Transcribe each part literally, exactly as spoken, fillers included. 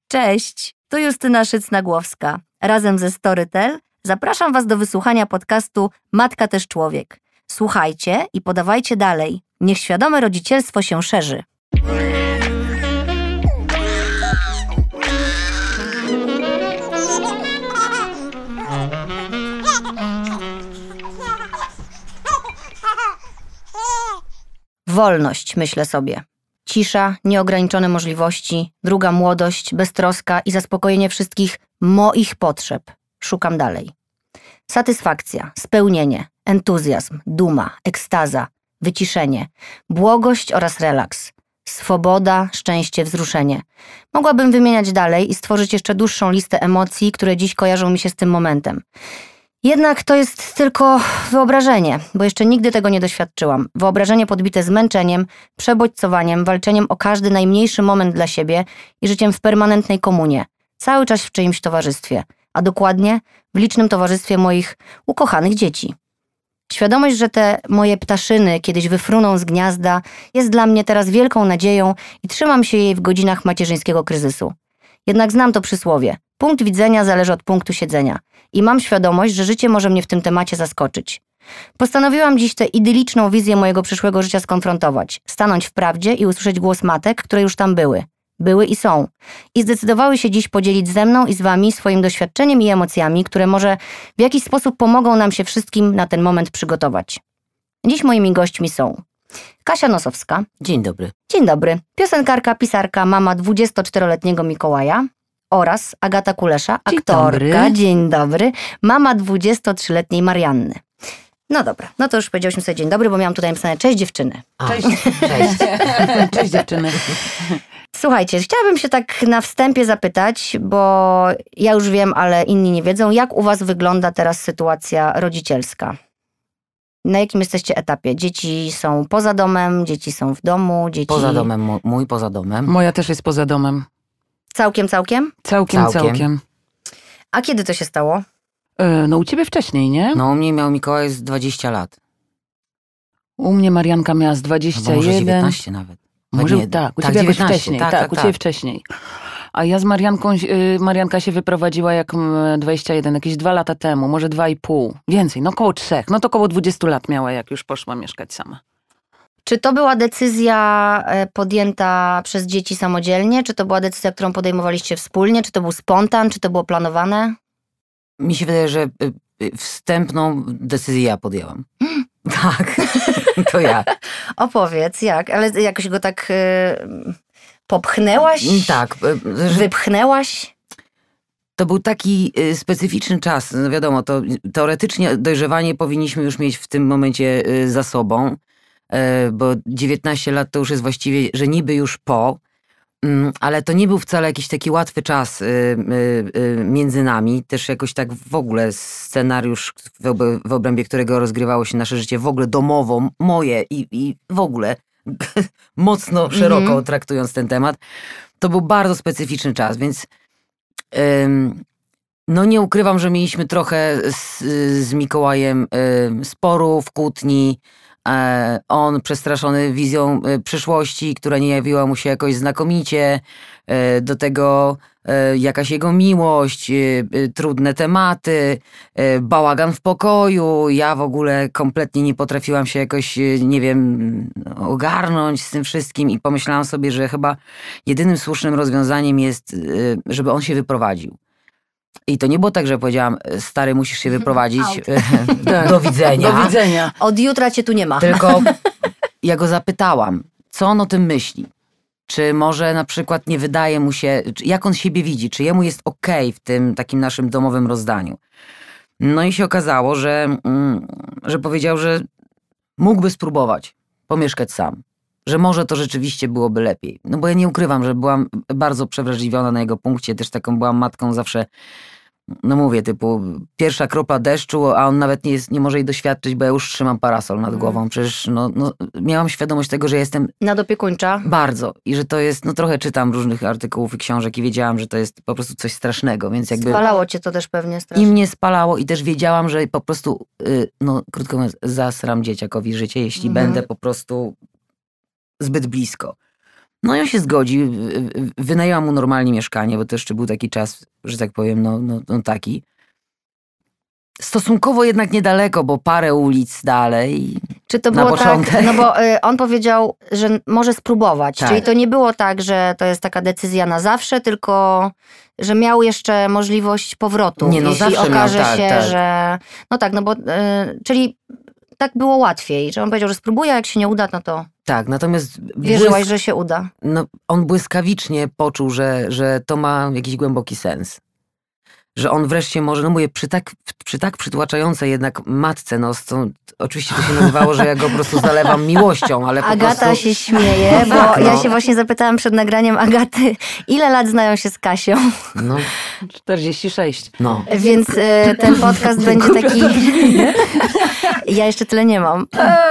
Cześć, tu Justyna Szyc-Nagłowska. Razem ze Storytel zapraszam Was do wysłuchania podcastu Matka też człowiek. Słuchajcie i podawajcie dalej. Niech świadome rodzicielstwo się szerzy. Wolność, myślę sobie. Cisza, nieograniczone możliwości, druga młodość, beztroska i zaspokojenie wszystkich moich potrzeb. Szukam dalej. Satysfakcja, spełnienie, entuzjazm, duma, ekstaza, wyciszenie, błogość oraz relaks. Swoboda, szczęście, wzruszenie. Mogłabym wymieniać dalej i stworzyć jeszcze dłuższą listę emocji, które dziś kojarzą mi się z tym momentem. Jednak to jest tylko wyobrażenie, bo jeszcze nigdy tego nie doświadczyłam. Wyobrażenie podbite zmęczeniem, przebodźcowaniem, walczeniem o każdy najmniejszy moment dla siebie i życiem w permanentnej komunie. Cały czas w czyimś towarzystwie, a dokładnie w licznym towarzystwie moich ukochanych dzieci. Świadomość, że te moje ptaszyny kiedyś wyfruną z gniazda, jest dla mnie teraz wielką nadzieją i trzymam się jej w godzinach macierzyńskiego kryzysu. Jednak znam to przysłowie. Punkt widzenia zależy od punktu siedzenia. I mam świadomość, że życie może mnie w tym temacie zaskoczyć. Postanowiłam dziś tę idyliczną wizję mojego przyszłego życia skonfrontować, stanąć w prawdzie i usłyszeć głos matek, które już tam były. Były i są. I zdecydowały się dziś podzielić ze mną i z wami swoim doświadczeniem i emocjami, które może w jakiś sposób pomogą nam się wszystkim na ten moment przygotować. Dziś moimi gośćmi są Kasia Nosowska. Dzień dobry. Dzień dobry. Piosenkarka, pisarka, mama dwudziestoczteroletniego Mikołaja. Oraz Agata Kulesza, Dzień aktorka, dobry. dzień dobry, mama dwudziestotrzyletniej Marianny. No dobra, no to już powiedziałyśmy sobie dzień dobry, bo miałam tutaj napisane cześć dziewczyny. A, Cześć. Cześć. Cześć dziewczyny. Słuchajcie, chciałabym się tak na wstępie zapytać, bo ja już wiem, ale inni nie wiedzą, jak u was wygląda teraz sytuacja rodzicielska? Na jakim jesteście etapie? Dzieci są poza domem, dzieci są w domu, dzieci... Poza domem, mo- mój poza domem. Moja też jest poza domem. Całkiem, całkiem? Całkiem, Całkiem. całkiem. A kiedy to się stało? E, no u ciebie wcześniej, nie? No u mnie miał Mikołaj z dwadzieścia lat. U mnie Marianka miała z Albo dwadzieścia może jeden. dziewiętnaście nawet. Może, Nie, tak, u tak, ciebie jakoś dziewiętnaście, wcześniej. tak, Tak, tak, u ciebie tak. wcześniej. A ja z Marianką, y, Marianka się wyprowadziła jak mm, dwadzieścia jeden, jakieś dwa lata temu, może dwa i pół. Więcej, no koło trzech. No to koło dwudziestu lat miała, jak już poszła mieszkać sama. Czy to była decyzja e, podjęta przez dzieci samodzielnie? Czy to była decyzja, którą podejmowaliście wspólnie? Czy to był spontan? Czy to było planowane? Mi się wydaje, że y, y, wstępną decyzję ja podjęłam. Tak, to ja. Opowiedz, jak? Ale jakoś go tak e, popchnęłaś? Tak, y, że Wypchnęłaś? to był taki y, specyficzny czas. No wiadomo, to teoretycznie dojrzewanie powinniśmy już mieć w tym momencie y, za sobą, y, bo dziewiętnaście lat to już jest właściwie, że niby już po, mm, ale to nie był wcale jakiś taki łatwy czas y, y, y, między nami. Też jakoś tak w ogóle scenariusz, w, ob- w obrębie którego rozgrywało się nasze życie, w ogóle domowo, moje i, i w ogóle mocno, szeroko Mhm. traktując ten temat, to był bardzo specyficzny czas, więc Ym, no nie ukrywam, że mieliśmy trochę z, z Mikołajem ym, sporów, kłótni. E, on przestraszony wizją y, przyszłości, która nie jawiła mu się jakoś znakomicie. E, do tego e, jakaś jego miłość, y, y, trudne tematy, y, bałagan w pokoju. Ja w ogóle kompletnie nie potrafiłam się jakoś, y, nie wiem, ogarnąć z tym wszystkim i pomyślałam sobie, że chyba jedynym słusznym rozwiązaniem jest, y, żeby on się wyprowadził. I to nie było tak, że powiedziałam, stary, musisz się wyprowadzić, do widzenia. Do widzenia. Od jutra cię tu nie ma. Tylko ja go zapytałam, co on o tym myśli. Czy może na przykład nie wydaje mu się, czy- jak on siebie widzi, czy jemu jest okej w tym takim naszym domowym rozdaniu. No i się okazało, że, mm, że powiedział, że mógłby spróbować pomieszkać sam. Że może to rzeczywiście byłoby lepiej. No bo ja nie ukrywam, że byłam bardzo przewrażliwiona na jego punkcie. Też taką byłam matką zawsze, no mówię, typu pierwsza kropla deszczu, a on nawet nie, jest, nie może jej doświadczyć, bo ja już trzymam parasol nad głową. Przecież no, no, miałam świadomość tego, że jestem Nadopiekuńcza. bardzo i że to jest, no trochę czytam różnych artykułów i książek i wiedziałam, że to jest po prostu coś strasznego, więc jakby Spalało cię to też pewnie i strasznie. mnie spalało i też wiedziałam, że po prostu, y, no krótko mówiąc, zasram dzieciakowi życie, jeśli Mhm. będę po prostu zbyt blisko. No i on się zgodzi, wynajęłam mu normalnie mieszkanie, bo to jeszcze był taki czas, że tak powiem, no, no, no taki. Stosunkowo jednak niedaleko, bo parę ulic dalej. Czy to na było początek. tak, no bo y, on powiedział, że może spróbować, Tak. czyli to nie było tak, że to jest taka decyzja na zawsze, tylko że miał jeszcze możliwość powrotu, Nie, no jeśli zawsze okaże miał, tak, się, tak. że no tak, no bo, y, czyli tak było łatwiej, że on powiedział, że spróbuje, a jak się nie uda, no to Tak, natomiast wierzyłaś, błysk- że się uda. no, on błyskawicznie poczuł, że, że to ma jakiś głęboki sens. Że on wreszcie może, no mówię, przy tak, przy tak przytłaczającej jednak matce, no co, oczywiście to się nazywało, że ja go po prostu zalewam miłością, ale po Agata prostu... się śmieje, bo Tak, no. ja się właśnie zapytałam przed nagraniem Agaty, ile lat znają się z Kasią, No, czterdzieści sześć. no. więc y, ten podcast będzie taki... Ja jeszcze tyle nie mam.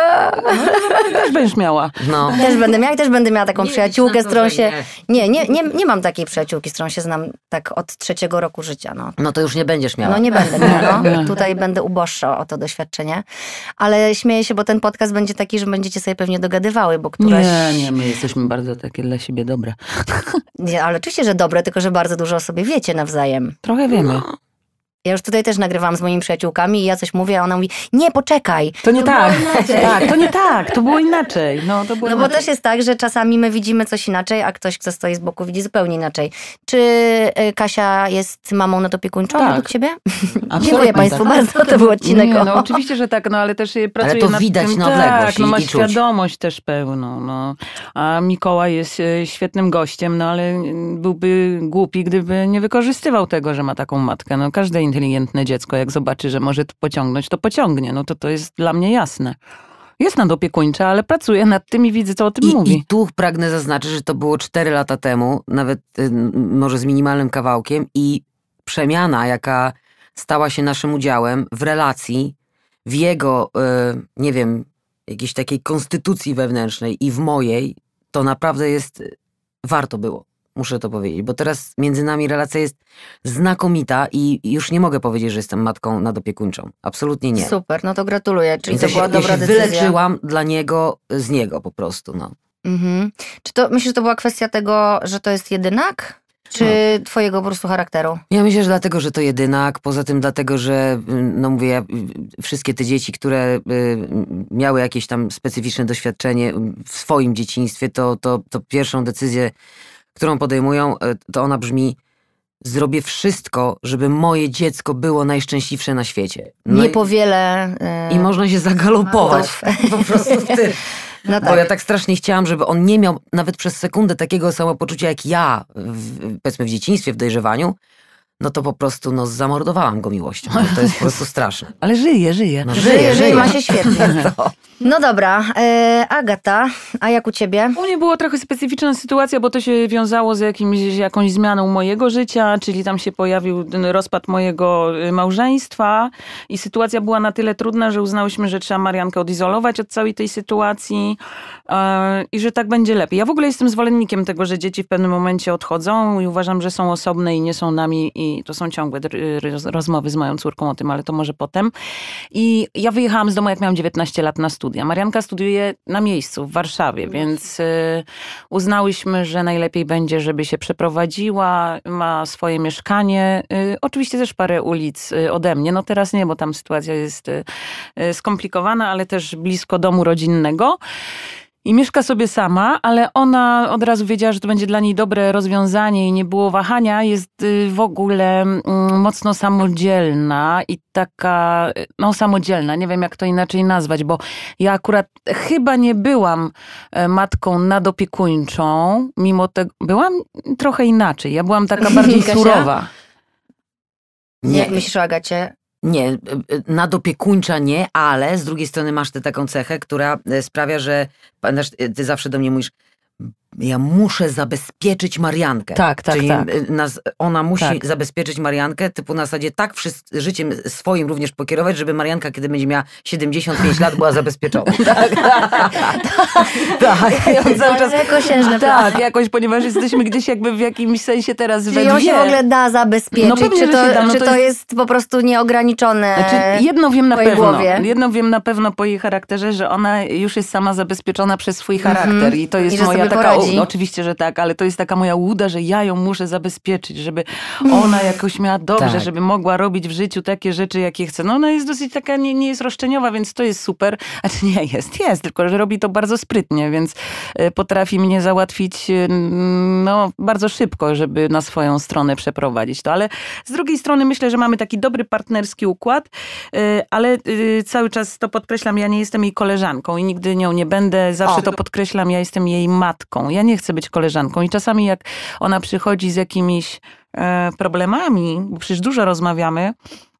Też będziesz miała. no. Też będę miała i też będę miała taką Nie przyjaciółkę, licz z na to, którą że się... nie. Nie, nie, nie, nie mam takiej przyjaciółki, z którą się znam tak od trzeciego roku życia. No, No to już nie będziesz miała. no nie będę miała. No. Tutaj będę uboższa o to doświadczenie. Ale śmieję się, bo ten podcast będzie taki, że będziecie sobie pewnie dogadywały, bo któraś... Nie, nie, my jesteśmy bardzo takie dla siebie dobre. Nie, ale oczywiście, że dobre, tylko że bardzo dużo o sobie wiecie nawzajem. Trochę wiemy. Ja już tutaj też nagrywam z moimi przyjaciółkami i ja coś mówię, a ona mówi, nie, poczekaj. To nie tak. Tak, to nie tak. To było inaczej. No, to było No bo inaczej. też jest tak, że czasami my widzimy coś inaczej, a ktoś, kto stoi z boku, widzi zupełnie inaczej. Czy y, Kasia jest mamą nadopiekuńczą Tak. według ciebie? Absolutnie Dziękuję Państwu tak. bardzo, to był odcinek Nie, o... no oczywiście, że tak, no ale też je pracuje to nad widać tym, na odległość tak, no i- ma i czuć. świadomość też pełną, no. A Mikołaj jest e, świetnym gościem, no ale mm, byłby głupi, gdyby nie wykorzystywał tego, że ma taką matkę. No każde inteligentne dziecko, jak zobaczy, że może to pociągnąć, to pociągnie. No to to jest dla mnie jasne. Jest nadopiekuńcza, ale pracuję nad tym i widzę, co o tym I, mówi. I tu pragnę zaznaczyć, że to było cztery lata temu, nawet y, m, może z minimalnym kawałkiem i przemiana, jaka stała się naszym udziałem w relacji, w jego, y, nie wiem, jakiejś takiej konstytucji wewnętrznej i w mojej, to naprawdę jest, warto było. Muszę to powiedzieć, bo teraz między nami relacja jest znakomita i już nie mogę powiedzieć, że jestem matką nadopiekuńczą. Absolutnie nie. Super, no to gratuluję, czyli Więc to ja się, była ja dobra się decyzja. wyleczyłam dla niego, z niego po prostu, no. Mhm. Czy to, myślisz, że to była kwestia tego, że to jest jedynak? Czy twojego po prostu charakteru? Ja myślę, że dlatego, że to jedynak, poza tym dlatego, że no mówię, ja, wszystkie te dzieci, które y, miały jakieś tam specyficzne doświadczenie w swoim dzieciństwie, to, to, to pierwszą decyzję, którą podejmują, y, to ona brzmi: zrobię wszystko, żeby moje dziecko było najszczęśliwsze na świecie. No Nie i, powielę... Yy... i można się zagalopować po prostu w tym. No Bo tak. ja tak strasznie chciałam, żeby on nie miał nawet przez sekundę takiego samopoczucia jak ja, w, powiedzmy w dzieciństwie, w dojrzewaniu, no to po prostu no, zamordowałam go miłością. No, to jest po prostu straszne. Ale żyje, żyje. No, Żyje, żyje, ma się świetnie. No dobra, e, Agata, a jak u ciebie? U mnie była trochę specyficzna sytuacja, bo to się wiązało z jakimś, jakąś zmianą mojego życia, czyli tam się pojawił ten rozpad mojego małżeństwa i sytuacja była na tyle trudna, że uznałyśmy, że trzeba Mariankę odizolować od całej tej sytuacji yy, i że tak będzie lepiej. Ja w ogóle jestem zwolennikiem tego, że dzieci w pewnym momencie odchodzą i uważam, że są osobne i nie są nami i to są ciągłe roz, rozmowy z moją córką o tym, ale to może potem. I ja wyjechałam z domu, jak miałam dziewiętnaście lat na studia. Marianka studiuje na miejscu w Warszawie, więc y, uznałyśmy, że najlepiej będzie, żeby się przeprowadziła, ma swoje mieszkanie. Y, oczywiście też parę ulic y, ode mnie. No teraz nie, bo tam sytuacja jest y, y, skomplikowana, ale też blisko domu rodzinnego. I mieszka sobie sama, ale ona od razu wiedziała, że to będzie dla niej dobre rozwiązanie i nie było wahania. Jest w ogóle mocno samodzielna i taka, no samodzielna, nie wiem jak to inaczej nazwać, bo ja akurat chyba nie byłam matką nadopiekuńczą, mimo tego, byłam trochę inaczej. Ja byłam taka bardziej Kasia? surowa. Nie. Jak myślisz o Agacie? Nie, nadopiekuńcza nie, ale z drugiej strony masz tę taką cechę, która sprawia, że pamiętasz, ty zawsze do mnie mówisz: ja muszę zabezpieczyć Mariankę. Tak, tak, Czyli tak. Nas, ona musi Tak. zabezpieczyć Mariankę, typu na zasadzie tak wszyscy, życiem swoim również pokierować, żeby Marianka, kiedy będzie miała siedemdziesiąt pięć lat, była zabezpieczona. tak, tak. Ja cały czas, Ekosiężne plany. tak, jakoś, ponieważ jesteśmy gdzieś jakby w jakimś sensie teraz we Czyli ją się dwie. w ogóle da zabezpieczyć? No pewnie, czy że to, się da, no czy to to jest- jest po prostu nieograniczone? Znaczy, jedno wiem na w twojej pewno. głowie? Jedno wiem na pewno po jej charakterze, że ona już jest sama zabezpieczona przez swój charakter. I to jest I że moja sobie taka poradzi. śledzi. no, oczywiście, że tak, ale to jest taka moja łuda, że ja ją muszę zabezpieczyć, żeby ona jakoś miała dobrze, Tak. żeby mogła robić w życiu takie rzeczy, jakie chce. No ona jest dosyć taka, nie, nie jest roszczeniowa, więc to jest super. A czy nie jest? Jest, tylko że robi to bardzo sprytnie, więc y, potrafi mnie załatwić y, no, bardzo szybko, żeby na swoją stronę przeprowadzić to. Ale z drugiej strony myślę, że mamy taki dobry partnerski układ, y, ale y, cały czas to podkreślam, ja nie jestem jej koleżanką i nigdy nią nie będę. Zawsze O. to podkreślam, ja jestem jej matką. Ja nie chcę być koleżanką i czasami jak ona przychodzi z jakimiś e, problemami, bo przecież dużo rozmawiamy,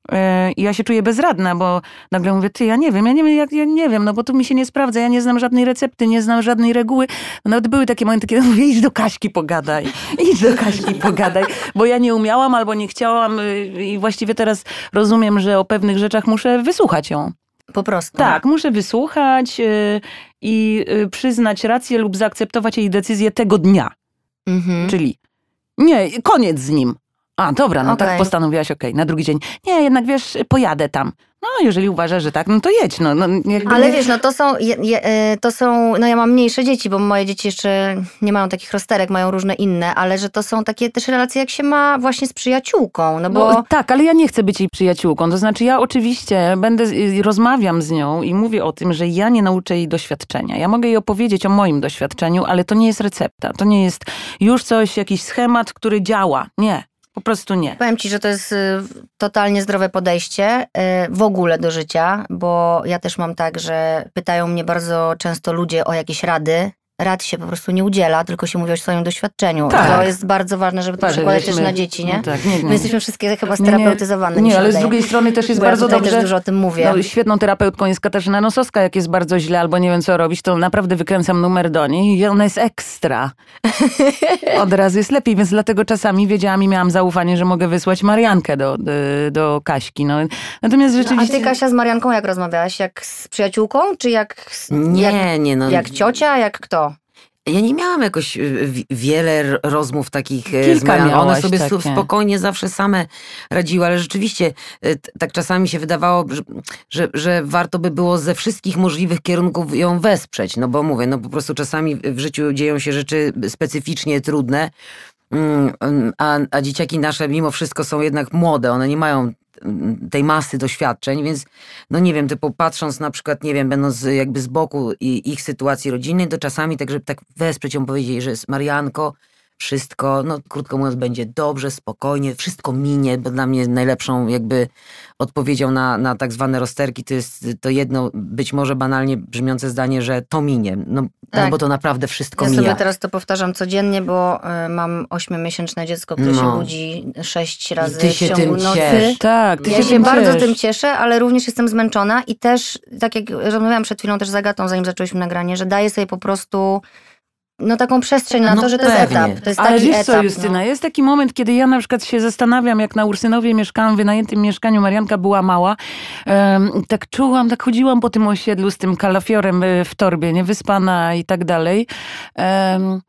e, i ja się czuję bezradna, bo nagle mówię, ty, ja nie wiem, ja nie wiem, jak, ja nie wiem, no bo tu mi się nie sprawdza, ja nie znam żadnej recepty, nie znam żadnej reguły. No, nawet były takie momenty, kiedy mówię, idź do Kaśki pogadaj, idź do Kaśki pogadaj, bo ja nie umiałam albo nie chciałam y, i właściwie teraz rozumiem, że o pewnych rzeczach muszę wysłuchać ją. Po prostu. Tak, muszę wysłuchać y, i y, przyznać rację lub zaakceptować jej decyzję tego dnia. Mhm. Czyli nie, koniec z nim. A, dobra, no Okej. tak postanowiłaś, okej, na drugi dzień. Nie, jednak wiesz, pojadę tam. No, jeżeli uważasz, że tak, no to jedź. No, no, jakby Ale nie... wiesz, no to są, je, je, e, to są, no ja mam mniejsze dzieci, bo moje dzieci jeszcze nie mają takich rozterek, mają różne inne, ale że to są takie też relacje, jak się ma właśnie z przyjaciółką, no bo... No, tak, ale ja nie chcę być jej przyjaciółką. To znaczy ja oczywiście będę, z- rozmawiam z nią i mówię o tym, że ja nie nauczę jej doświadczenia. Ja mogę jej opowiedzieć o moim doświadczeniu, ale to nie jest recepta. To nie jest już coś, jakiś schemat, który działa. Nie, po prostu nie. Powiem ci, że to jest y, totalnie zdrowe podejście y, w ogóle do życia, bo ja też mam tak, że pytają mnie bardzo często ludzie o jakieś rady. Rad się po prostu nie udziela, tylko się mówi o swoim doświadczeniu. Tak. To jest bardzo ważne, żeby to Tak, przekładać żebyśmy- też na dzieci, nie? No tak, nie, nie. My jesteśmy wszystkie chyba Nie, nie. sterapeutyzowane. mi Nie, się ale z wydaje. drugiej strony też jest Bo ja bardzo tutaj dobrze. też dużo o tym mówię. No, świetną terapeutką jest Katarzyna Nosowska, jak jest bardzo źle albo nie wiem co robić, to naprawdę wykręcam numer do niej i ona jest ekstra. Od razu jest lepiej, więc dlatego czasami wiedziałam i miałam zaufanie, że mogę wysłać Mariankę do, do, do Kaśki. No, natomiast No, a rzeczywiście... ty, Kasia, z Marianką jak rozmawiałaś? Jak z przyjaciółką, czy jak... z- Nie, jak, nie, no. Jak ciocia, jak kto? Ja nie miałam jakoś y, wi- wiele r- rozmów takich y, z Kilka Marianą. One miałaś sobie takie. su- spokojnie zawsze same radziły, ale rzeczywiście y, t- tak czasami się wydawało, że, że, że warto by było ze wszystkich możliwych kierunków ją wesprzeć. No bo mówię, no po prostu czasami w życiu dzieją się rzeczy specyficznie trudne, mm, a, a dzieciaki nasze mimo wszystko są jednak młode. One nie mają tej masy doświadczeń, więc no nie wiem, typu patrząc na przykład, nie wiem, będąc jakby z boku i ich sytuacji rodzinnej, to czasami tak, żeby tak wesprzeć ją, powiedzieć, że jest Marianko, wszystko, no krótko mówiąc, będzie dobrze, spokojnie, wszystko minie, bo dla mnie najlepszą jakby odpowiedzią na, na tak zwane rozterki to jest to jedno, być może banalnie brzmiące zdanie, że to minie, no, Tak. no bo to naprawdę wszystko Ja mija. sobie teraz to powtarzam codziennie, bo y, mam ośmiomiesięczne dziecko, które się No. budzi sześć razy ty w się ciągu tym nocy. ciesz. Tak, ty Ja się się tym bardzo ciesz. tym cieszę, ale również jestem zmęczona i też, tak jak rozmawiałam przed chwilą też z Agatą, zanim zaczęłyśmy nagranie, że daję sobie po prostu no taką przestrzeń na No to, że to pewnie. jest etap. To jest Ale taki wiesz etap. co, Justyna, no. jest taki moment, kiedy ja na przykład się zastanawiam, jak na Ursynowie mieszkałam, w wynajętym mieszkaniu, Marianka była mała, um, tak czułam, tak chodziłam po tym osiedlu z tym kalafiorem y, w torbie, niewyspana i tak dalej. Um,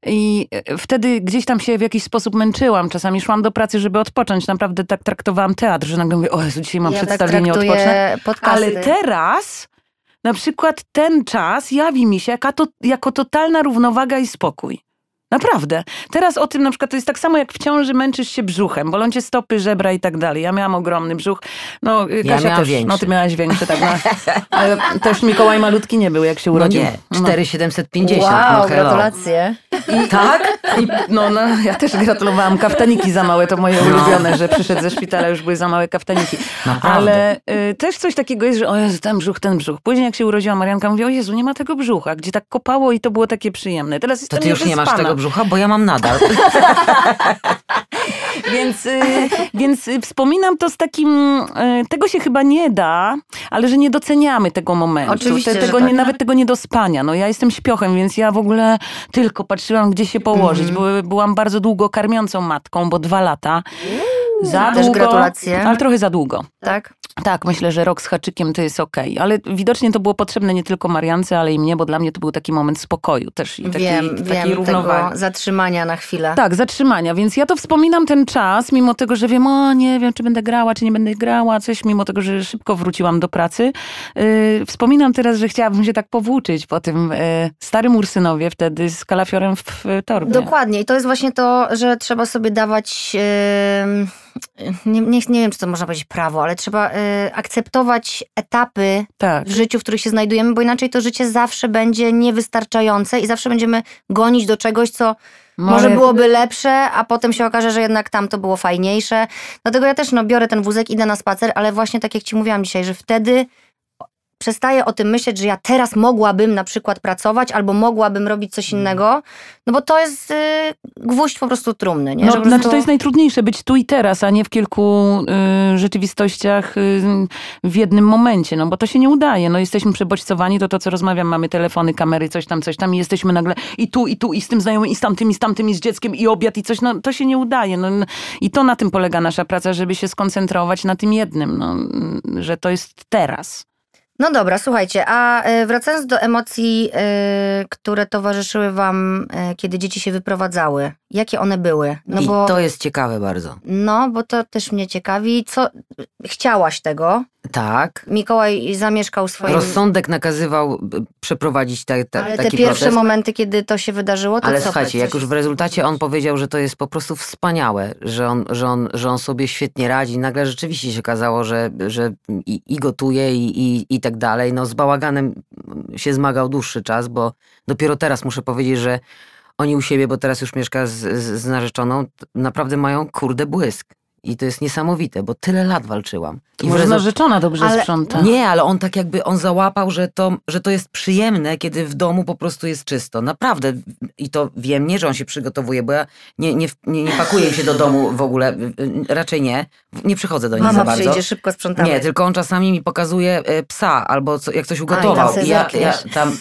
I wtedy gdzieś tam się w jakiś sposób męczyłam. Czasami szłam do pracy, żeby odpocząć. Naprawdę tak traktowałam teatr, że nagle mówię, o Jezu, dzisiaj mam Ja tak przedstawienie, traktuję odpocznę. podcasty. Ale teraz na przykład ten czas jawi mi się jako, to, jako totalna równowaga i spokój. Naprawdę. Teraz o tym na przykład to jest tak samo jak w ciąży męczysz się brzuchem, bolą cię stopy, żebra i tak dalej. Ja miałam ogromny brzuch. No, Kasia miałam też. większy. No ty miałaś większy, tak. No. Ale też Mikołaj malutki nie był, jak się No urodził. nie, cztery tysiące siedemset pięćdziesiąt. Wow, no hello. gratulacje. I, tak? I, no, no, ja też gratulowałam. Kaftaniki za małe, to moje No. ulubione, że przyszedł ze szpitala, już były za małe kaftaniki. Naprawdę. Ale y, też coś takiego jest, że o Jezu, ten brzuch, ten brzuch. Później jak się urodziła Marianka, mówię, o Jezu, nie ma tego brzucha, gdzie tak kopało i to było takie przyjemne. Teraz To jestem ty już nie masz niewyspana. tego brzucha, bo ja mam nadal. Więc, y, więc y, wspominam to z takim, y, tego się chyba nie da, ale że nie doceniamy tego momentu. Oczywiście, że tego tak. nie, nawet tego niedospania. No ja jestem śpiochem, więc ja w ogóle tylko patrzyłam, gdzie się położyć, bo byłam bardzo długo karmiącą matką, bo dwa lata. Za Też długo, gratulacje. ale trochę za długo. Tak? Tak, myślę, że rok z haczykiem to jest okej. Ale widocznie to było potrzebne nie tylko Mariance, ale i mnie, bo dla mnie to był taki moment spokoju też i takiej, Wiem, takiej wiem, równowagi. tego zatrzymania na chwilę. Tak, zatrzymania, więc ja to wspominam ten czas, mimo tego, że wiem, o nie wiem, czy będę grała, czy nie będę grała, coś, mimo tego, że szybko wróciłam do pracy. Yy, wspominam teraz, że chciałabym się tak powłóczyć po tym yy, starym Ursynowie wtedy z kalafiorem w, w torbie. Dokładnie i to jest właśnie to, że trzeba sobie dawać, yy, nie, nie, nie wiem, czy to można powiedzieć prawo, ale trzeba yy, akceptować etapy Tak. w życiu, w których się znajdujemy, bo inaczej to życie zawsze będzie niewystarczające i zawsze będziemy gonić do czegoś, co Może- może byłoby lepsze, a potem się okaże, że jednak tam to było fajniejsze. Dlatego ja też no, biorę ten wózek, idę na spacer, ale właśnie tak jak ci mówiłam dzisiaj, że wtedy przestaję o tym myśleć, że ja teraz mogłabym na przykład pracować albo mogłabym robić coś innego, no bo to jest y, gwóźdź po prostu trumny. Nie? No, Że po znaczy prostu- to jest najtrudniejsze, być tu i teraz, a nie w kilku y, rzeczywistościach y, w jednym momencie, no bo to się nie udaje. No jesteśmy przebodźcowani, to to co rozmawiam, mamy telefony, kamery, coś tam, coś tam i jesteśmy nagle i tu, i tu, i z tym znajomym, i z tamtym, i z tamtym, i z dzieckiem, i obiad, i coś, no to się nie udaje. No, i to na tym polega nasza praca, żeby się skoncentrować na tym jednym, no, że to jest teraz. No dobra, słuchajcie, a y, wracając do emocji, y, które towarzyszyły wam, y, kiedy dzieci się wyprowadzały, jakie one były? No I bo, to jest ciekawe bardzo. no, bo to też mnie ciekawi. Co chciałaś tego? Tak. Mikołaj zamieszkał swoim... Rozsądek nakazywał y, przeprowadzić ta, ta, ale te taki pierwsze proces. momenty, kiedy to się wydarzyło, to Ale co? słuchajcie, jak Coś- już w rezultacie on powiedział, że to jest po prostu wspaniałe, że on, że on, że on sobie świetnie radzi. Nagle rzeczywiście się okazało, że, że i, i gotuje i, i, i tak dalej. No z bałaganem się zmagał dłuższy czas, bo dopiero teraz muszę powiedzieć, że oni u siebie, bo teraz już mieszka z, z, z narzeczoną, naprawdę mają kurde błysk. I to jest niesamowite, bo tyle lat walczyłam. I w Może rezult- narzeczona dobrze Ale- sprząta. Nie, ale on tak jakby, on załapał, że to, że to jest przyjemne, kiedy w domu po prostu jest czysto. Naprawdę. I to wiem, nie, że on się przygotowuje, bo ja nie, nie, nie, nie pakuję się do domu w ogóle, raczej nie. Nie przychodzę do nich za Mama bardzo. przyjdzie, szybko sprzątamy. Nie, tylko on czasami mi pokazuje e, psa, albo co, jak coś tam ugotował. se I ja, ja zerkniesz. tam,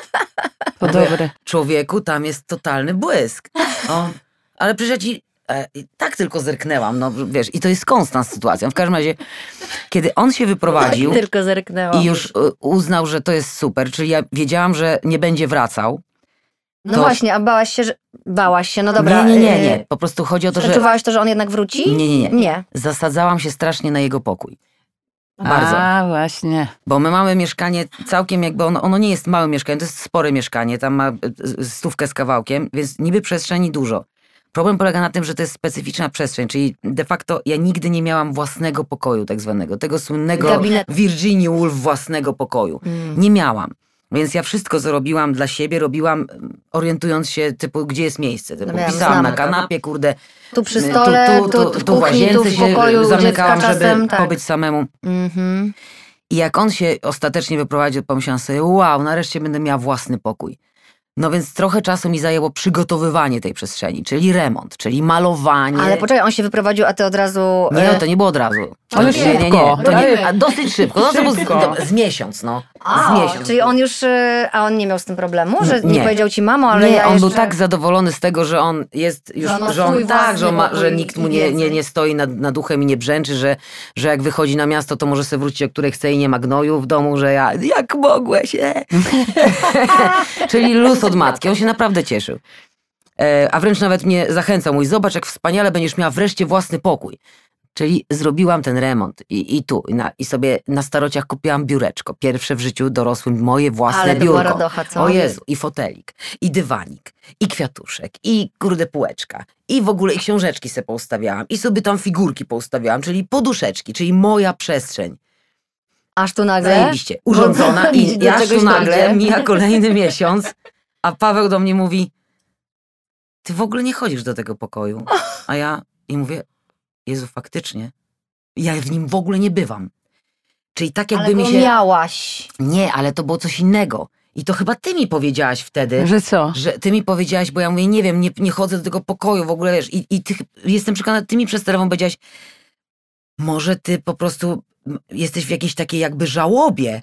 To mówię, dobre. człowieku, tam jest totalny błysk. O, ale przecież ja ci e, tak tylko zerknęłam, no wiesz, i to jest konstans sytuacja. W każdym razie, kiedy on się wyprowadził, Tylko zerknęłam. i już y, uznał, że to jest super, czyli ja wiedziałam, że nie będzie wracał. No to- właśnie, a bałaś się, że... Bałaś się, no dobra. nie, nie, nie, y, nie. Po prostu chodzi o to, że Przeczuwałaś to, że on jednak wróci? Nie, nie, nie. Nie. zasadzałam się strasznie na jego pokój. Bardzo. A, właśnie. Bo my mamy mieszkanie całkiem jakby, ono, ono nie jest małe mieszkanie, to jest spore mieszkanie, tam ma y, stówkę z kawałkiem, więc niby przestrzeni dużo. Problem polega na tym, że to jest specyficzna przestrzeń, czyli de facto ja nigdy nie miałam własnego pokoju tak zwanego, tego słynnego Gabinet. Virginia Woolf własnego pokoju. Mm. Nie miałam. Więc ja wszystko, co robiłam dla siebie, robiłam mm, orientując się, typu, gdzie jest miejsce. Typu, No wiem, pisałam znam. na kanapie, kurde. Tu przy tu- stole, tu, tu, tu, w tu w kuchni, tu łazience w pokoju się zamykałam, dziecka czasem. żeby Tak. pobyć samemu. Mhm. I jak on się ostatecznie wyprowadził, pomyślałam sobie, wow, nareszcie będę miała własny pokój. No więc trochę czasu mi zajęło przygotowywanie tej przestrzeni, czyli remont, czyli malowanie. Ale poczekaj, on się wyprowadził, a ty od razu... Nie, e, to nie było od razu. Ale nie, nie, nie, szybko. to nie, Ale- a dosyć szybko. No to było Szybko. z, z miesiąc, no. A, z miesiąc. czyli on już... e, A on nie miał z tym problemu? Że nie, Nie. powiedział ci mamo, ale nie, ja on jeszcze... był tak zadowolony z tego, że on jest już, Że on ma że on, swój tak, własny że, on ma, pokój że nikt mu i nie, nie, więcej. nie stoi nad, nad uchem i nie brzęczy, że, że jak wychodzi na miasto, to może sobie wrócić, o której chce i nie ma gnoju w domu, że ja, jak mogłeś, e? Czyli luz od matki, on się naprawdę cieszył. E, a wręcz nawet mnie zachęcał, mój zobacz, jak wspaniale będziesz miała wreszcie własny pokój. Czyli zrobiłam ten remont i, i tu, i, na, i sobie na starociach kupiłam biureczko. Pierwsze w życiu dorosłym, moje własne Ale to biurko. była radocha, co? O Jezu, i fotelik, i dywanik, i kwiatuszek, i kurde półeczka, i w ogóle i książeczki sobie poustawiałam, i sobie tam figurki poustawiałam, czyli poduszeczki, czyli moja przestrzeń. Aż tu nagle... Zajebiście, urządzona i do ja czegoś tu nagle, dojdzie. mija kolejny miesiąc, a Paweł do mnie mówi, ty w ogóle nie chodzisz do tego pokoju. A ja i mówię, Jezu, faktycznie, ja w nim w ogóle nie bywam. Czyli tak jakby Ale mi go się... miałaś. Nie, ale to było coś innego. I to chyba ty mi powiedziałaś wtedy, Że co? że ty mi powiedziałaś, bo ja mówię, nie wiem, nie, nie chodzę do tego pokoju w ogóle, wiesz, i, i ty, jestem przekonana, ty mi przez telefon powiedziałaś, może ty po prostu jesteś w jakiejś takiej jakby żałobie.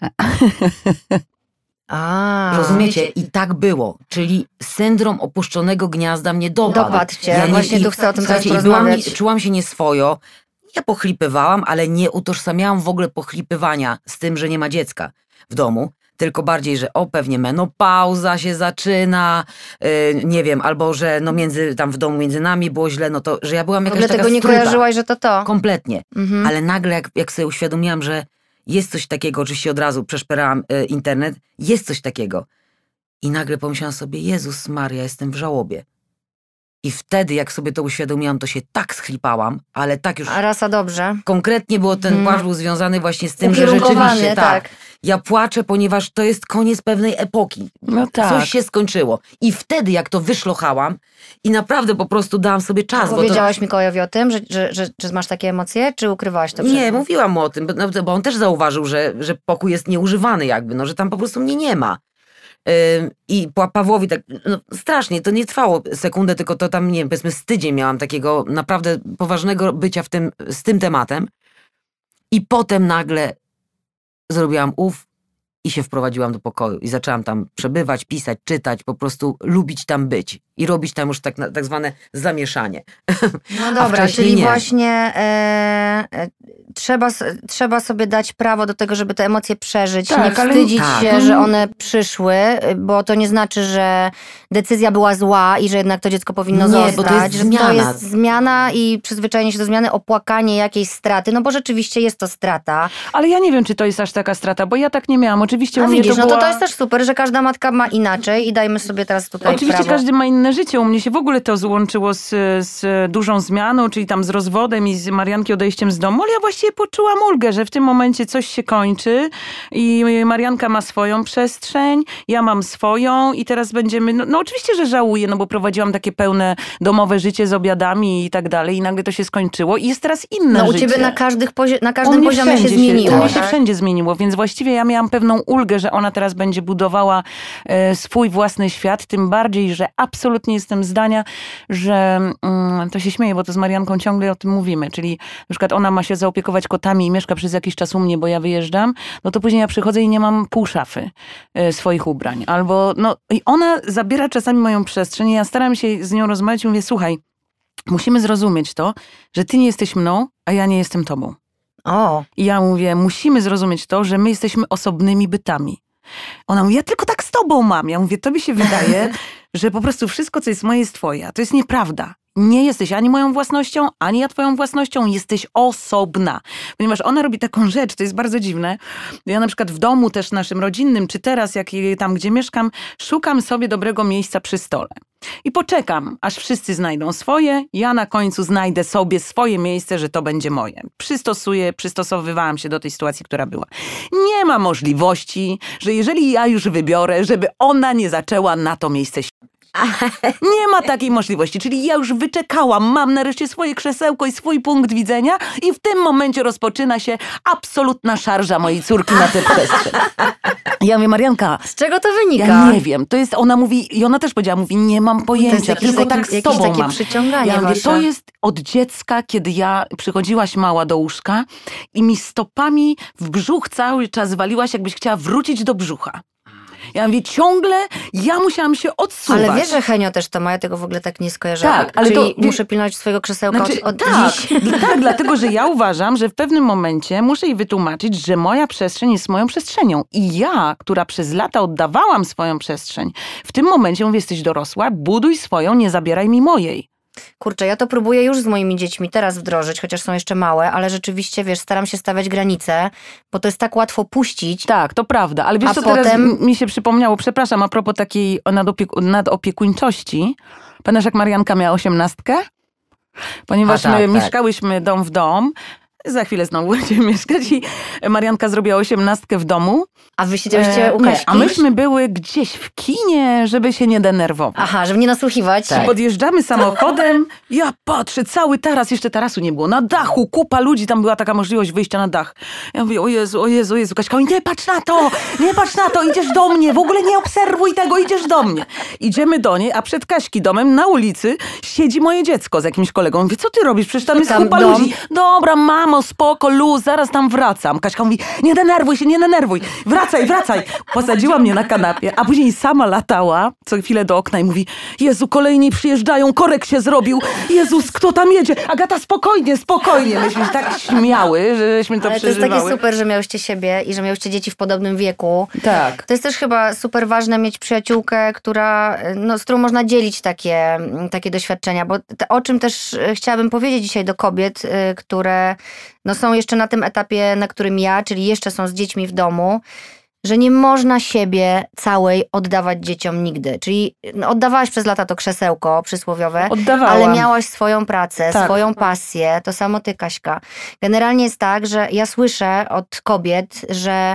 A, Rozumiecie? I tak było. Czyli syndrom opuszczonego gniazda mnie dopadł. Dopadł cię. Ja nie- Właśnie i- tu chcę o tym teraz słuchajcie, i byłam, porozmawiać. czułam się nieswojo. Ja pochlipywałam, ale nie utożsamiałam w ogóle pochlipywania z tym, że nie ma dziecka w domu. Tylko bardziej, że o pewnie menopauza się zaczyna, yy, nie wiem, albo że no między, tam w domu między nami było źle, no to, że ja byłam jakaś taka Dlatego nie struta. kojarzyłaś, że to to. Kompletnie. Mhm. Ale nagle jak, jak sobie uświadomiłam, że jest coś takiego, oczywiście od razu przeszperałam y, internet, jest coś takiego. I nagle pomyślałam sobie, Jezus Maria, jestem w żałobie. I wtedy, jak sobie to uświadomiłam, to się tak schlipałam, ale tak już... A rasa dobrze. Konkretnie było ten Mhm. płacz był związany właśnie z tym, że Ukierunkowany, rzeczywiście tak, tak. ja płaczę, ponieważ to jest koniec pewnej epoki. No tak. Coś się skończyło. I wtedy, jak to wyszlochałam i naprawdę po prostu dałam sobie czas. Bo Powiedziałaś to... Mikołajowi o tym, że, że, że, że masz takie emocje, czy ukrywałaś to przed Nie, nim? mówiłam mu o tym, bo, bo on też zauważył, że, że pokój jest nieużywany jakby, no, że tam po prostu mnie nie ma. Yy, I pa- Pawłowi tak, no, strasznie, to nie trwało sekundę, tylko to tam, nie wiem, powiedzmy z tydzień miałam takiego naprawdę poważnego bycia w tym, z tym tematem. I potem nagle zrobiłam ów i się wprowadziłam do pokoju i zaczęłam tam przebywać, pisać, czytać, po prostu lubić tam być i robić tam już tak, tak zwane zamieszanie. No dobra, wcześniej czyli nie. właśnie e, e, trzeba, s- trzeba sobie dać prawo do tego, żeby te emocje przeżyć, Tak, nie ale- wstydzić tak. się, że one przyszły, bo to nie znaczy, że decyzja była zła i że jednak to dziecko powinno Nie, zostać. bo to jest że to zmiana. jest zmiana i przyzwyczajenie się do zmiany, opłakanie jakiejś straty, no bo rzeczywiście jest to strata. Ale ja nie wiem, czy to jest aż taka strata, bo ja tak nie miałam. Oczywiście A u mnie widzisz, to no była... to to jest też super, że każda matka ma inaczej i dajmy sobie teraz tutaj Oczywiście prawo. każdy ma inne życie. U mnie się w ogóle to złączyło z, z dużą zmianą, czyli tam z rozwodem i z Marianki odejściem z domu, ale ja właściwie poczułam ulgę, że w tym momencie coś się kończy i Marianka ma swoją przestrzeń, ja mam swoją i teraz będziemy, no, no oczywiście, że żałuję, no bo prowadziłam takie pełne domowe życie z obiadami i tak dalej i nagle to się skończyło i jest teraz inne No u życie. ciebie na, każdych pozi- na U każdym mnie poziomie się wszędzie zmieniło. U mnie się tak? wszędzie zmieniło, więc właściwie ja miałam pewną ulgę, że ona teraz będzie budowała e, swój własny świat, tym bardziej, że absolutnie jestem zdania, że mm, to się śmieje, bo to z Marianką ciągle o tym mówimy, czyli na przykład ona ma się zaopiekować kotami i mieszka przez jakiś czas u mnie, bo ja wyjeżdżam, no to później ja przychodzę i nie mam pół szafy e, swoich ubrań, albo no i ona zabiera czasami moją przestrzeń i ja staram się z nią rozmawiać i mówię, słuchaj, musimy zrozumieć to, że ty nie jesteś mną, a ja nie jestem tobą. O, I ja mówię, musimy zrozumieć to, że my jesteśmy osobnymi bytami. Ona mówi, ja tylko tak z tobą mam. Ja mówię, tobie się wydaje, że po prostu wszystko, co jest moje, jest twoje. A to jest nieprawda. Nie jesteś ani moją własnością, ani ja twoją własnością. Jesteś osobna. Ponieważ ona robi taką rzecz, to jest bardzo dziwne. Ja na przykład w domu też naszym rodzinnym, czy teraz, jak tam, gdzie mieszkam, szukam sobie dobrego miejsca przy stole. I poczekam, aż wszyscy znajdą swoje, ja na końcu znajdę sobie swoje miejsce, że to będzie moje. Przystosuję, przystosowywałam się do tej sytuacji, która była. Nie ma możliwości, że jeżeli ja już wybiorę, żeby ona nie zaczęła na to miejsce siadać. Nie ma takiej możliwości, czyli ja już wyczekałam, mam nareszcie swoje krzesełko i swój punkt widzenia i w tym momencie rozpoczyna się absolutna szarża mojej córki na tę przestrzeń. Ja mówię, Marianka, z czego to wynika? ja nie wiem, to jest, ona mówi, i ona też powiedziała, mówi, nie mam pojęcia, jakieś tylko takie- tak z jakieś tobą takie mam. przyciąganie Ja mówię, wasze. to jest od dziecka, kiedy ja przychodziłaś mała do łóżka i mi stopami w brzuch cały czas waliłaś, jakbyś chciała wrócić do brzucha. Ja mówię, ciągle ja musiałam się odsuwać. Ale wiesz, że Henio też to ma, ja tego w ogóle tak nie skojarzyłam. Tak, ale Czyli to- muszę pilnować swojego krzesełka Znaczy, od, od tak, dziś. tak, dlatego, że ja uważam, że w pewnym momencie muszę jej wytłumaczyć, że moja przestrzeń jest moją przestrzenią. I ja, która przez lata oddawałam swoją przestrzeń, w tym momencie mówię, jesteś dorosła, buduj swoją, nie zabieraj mi mojej. Kurczę, ja to próbuję już z moimi dziećmi teraz wdrożyć, chociaż są jeszcze małe, ale rzeczywiście, wiesz, staram się stawiać granice, bo to jest tak łatwo puścić. Tak, to prawda, ale wiesz A co, teraz potem- mi się przypomniało, przepraszam, a propos takiej nadopieku- nadopiekuńczości. Pamiętasz, jak Marianka miała osiemnastkę? Ponieważ A, tak, my tak. mieszkałyśmy dom w dom, za chwilę znowu będziemy mieszkać i Marianka zrobiła osiemnastkę w domu. A wy siedziałyście E, u nie, Kaśki? a myśmy były gdzieś w kinie, żeby się nie denerwować. Aha, żeby nie nasłuchiwać. Tak. Podjeżdżamy samochodem, ja patrzę, cały taras, jeszcze tarasu nie było, na dachu, kupa ludzi, tam była taka możliwość wyjścia na dach. Ja mówię, o Jezu, o Jezu, o Jezu, Kaśka mówi, nie patrz na to, nie patrz na to, idziesz do mnie, w ogóle nie obserwuj tego, idziesz do mnie. Idziemy do niej, a przed Kaśki domem na ulicy siedzi moje dziecko z jakimś kolegą. Mówię, co ty robisz, przecież tam jest Tam kupa dom. ludzi. Dobra, mamo, mamo, spoko, luz, zaraz tam wracam. Kaśka mówi, nie denerwuj się, nie denerwuj, wracaj, wracaj. Posadziła mnie na kanapie, a później sama latała co chwilę do okna i mówi, Jezu, kolejni przyjeżdżają, korek się zrobił, Jezus, kto tam jedzie? Agata, spokojnie, spokojnie. Myśmy się tak śmiały, żeśmy to Ale przeżywały. to jest takie super, że miałyście siebie i że miałyście dzieci w podobnym wieku. Tak. To jest też chyba super ważne mieć przyjaciółkę, która, no, z którą można dzielić takie, takie doświadczenia, bo te, o czym też chciałabym powiedzieć dzisiaj do kobiet, y, które no, są jeszcze na tym etapie, na którym ja, czyli jeszcze są z dziećmi w domu, że nie można siebie całej oddawać dzieciom nigdy. Czyli no, oddawałaś przez lata to krzesełko przysłowiowe, Oddawałam. ale miałaś swoją pracę, Tak. swoją pasję, to samo ty, Kaśka. Generalnie jest tak, że ja słyszę od kobiet, że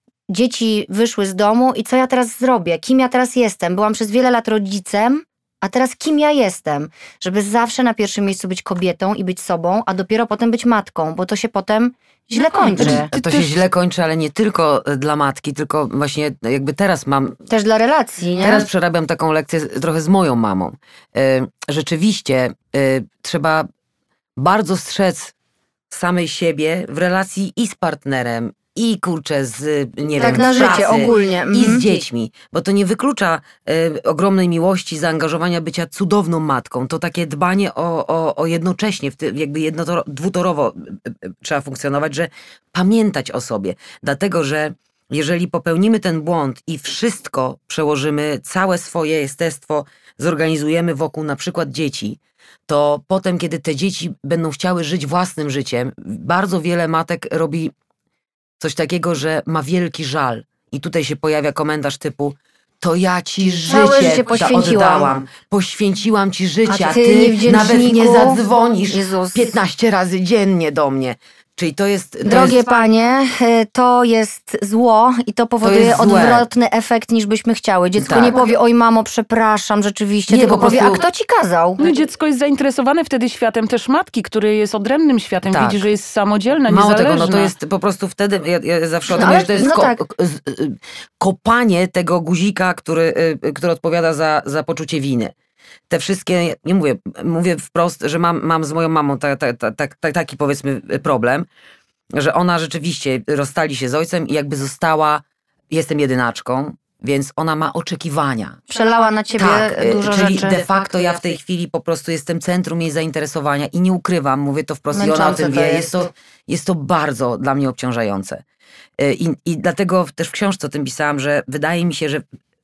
dzieci wyszły z domu i co ja teraz zrobię? Kim ja teraz jestem? Byłam przez wiele lat rodzicem, a teraz kim ja jestem? Żeby zawsze na pierwszym miejscu być kobietą i być sobą, a dopiero potem być matką, bo to się potem źle kończy. To Ty się też- źle kończy, ale nie tylko dla matki, tylko właśnie jakby teraz mam, Też dla relacji, nie? teraz przerabiam taką lekcję z- trochę z moją mamą. E, Rzeczywiście e, trzeba bardzo strzec samej siebie w relacji i z partnerem, i kurczę z, nie Tak wiem, na z życie pracy, ogólnie. i Mhm. z dziećmi, bo to nie wyklucza e, ogromnej miłości, zaangażowania bycia cudowną matką. To takie dbanie o, o, o jednocześnie, w ty, jakby jednotoro, dwutorowo e, e, trzeba funkcjonować, że pamiętać o sobie. Dlatego, że jeżeli popełnimy ten błąd i wszystko przełożymy, całe swoje jestestwo zorganizujemy wokół na przykład dzieci, to potem, kiedy te dzieci będą chciały żyć własnym życiem, bardzo wiele matek robi coś takiego, że ma wielki żal. I tutaj się pojawia komentarz typu, to ja ci Całe życie życie poświęciłam. oddałam. Poświęciłam ci życie, A a ty, ty, niewdzięczniku. nawet nie zadzwonisz Jezus. piętnaście razy dziennie do mnie. Czyli to jest... To Drogie jest, panie, y, to jest zło i to powoduje jest złe. odwrotny efekt niż byśmy chciały. Dziecko Tak. nie powie, oj mamo, przepraszam, rzeczywiście, Nie, tylko po powie, a prostu- kto ci kazał? No i dziecko jest zainteresowane wtedy światem też matki, który jest odrębnym światem. Tak. Widzi, że jest samodzielna, Mało niezależna. tego, no to jest po prostu wtedy, ja, ja zawsze o No tym ale- mówię, że to jest no ko- tak. k- z- y, kopanie tego guzika, który, y, który odpowiada za, za poczucie winy. Te wszystkie, nie mówię, mówię wprost, że mam, mam z moją mamą ta, ta, ta, ta, ta, taki powiedzmy problem, że ona rzeczywiście rozstali się z ojcem i jakby została, jestem jedynaczką, więc ona ma oczekiwania. Przelała na ciebie Tak, y, dużo czyli rzeczy. de facto ja w tej chwili po prostu jestem centrum jej zainteresowania i nie ukrywam, mówię to wprost i ona o Męczące tym to wie. jest. Jest to, jest to bardzo dla mnie obciążające. Y, I, I dlatego też w książce o tym pisałam, że wydaje mi się, że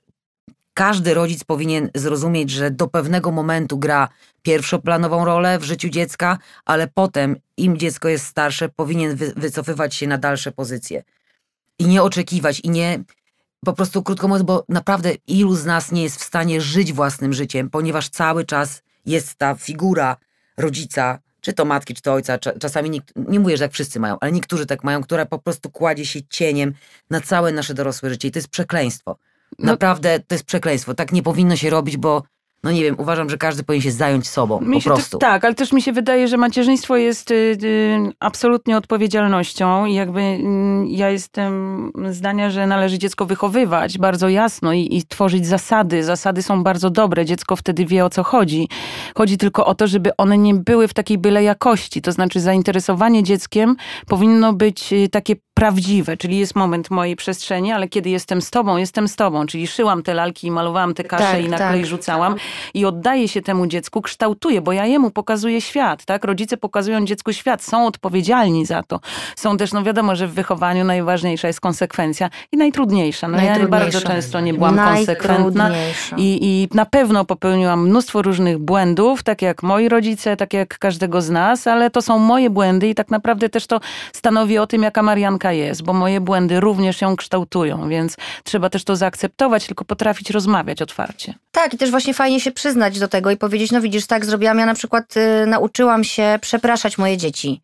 każdy rodzic powinien zrozumieć, że do pewnego momentu gra pierwszoplanową rolę w życiu dziecka, ale potem, im dziecko jest starsze, powinien wy, wycofywać się na dalsze pozycje. I nie oczekiwać, i nie... Po prostu krótko mówiąc, bo naprawdę ilu z nas nie jest w stanie żyć własnym życiem, ponieważ cały czas jest ta figura rodzica, czy to matki, czy to ojca, cza- czasami nikt, nie mówię, że tak wszyscy mają, ale niektórzy tak mają, która po prostu kładzie się cieniem na całe nasze dorosłe życie i to jest przekleństwo. No- Naprawdę to jest przekleństwo. Tak nie powinno się robić, bo no nie wiem, uważam, że każdy powinien się zająć sobą, Mi po się prostu. Też, tak, ale też mi się wydaje, że macierzyństwo jest y, y, absolutnie odpowiedzialnością i jakby y, ja jestem zdania, że należy dziecko wychowywać bardzo jasno i, i tworzyć zasady. Zasady są bardzo dobre, dziecko wtedy wie, o co chodzi. Chodzi tylko o to, żeby one nie były w takiej byle jakości, to znaczy zainteresowanie dzieckiem powinno być y, takie prawdziwe, czyli jest moment mojej przestrzeni, ale kiedy jestem z tobą, jestem z tobą, czyli szyłam te lalki i malowałam te kasze Tak, i na klej tak. rzucałam i oddaję się temu dziecku, kształtuję, bo ja jemu pokazuję świat, tak? Rodzice pokazują dziecku świat, są odpowiedzialni za to. Są też, no wiadomo, że w wychowaniu najważniejsza jest konsekwencja i najtrudniejsza. No ja Najtrudniejsza. bardzo często nie byłam konsekwentna Najtrudniejsza. i, i na pewno popełniłam mnóstwo różnych błędów, tak jak moi rodzice, tak jak każdego z nas, ale to są moje błędy i tak naprawdę też to stanowi o tym, jaka Marianka jest, bo moje błędy również ją kształtują, więc trzeba też to zaakceptować, tylko potrafić rozmawiać otwarcie. Tak, i też właśnie fajnie się przyznać do tego i powiedzieć, no widzisz, tak zrobiłam, ja na przykład y, nauczyłam się przepraszać moje dzieci.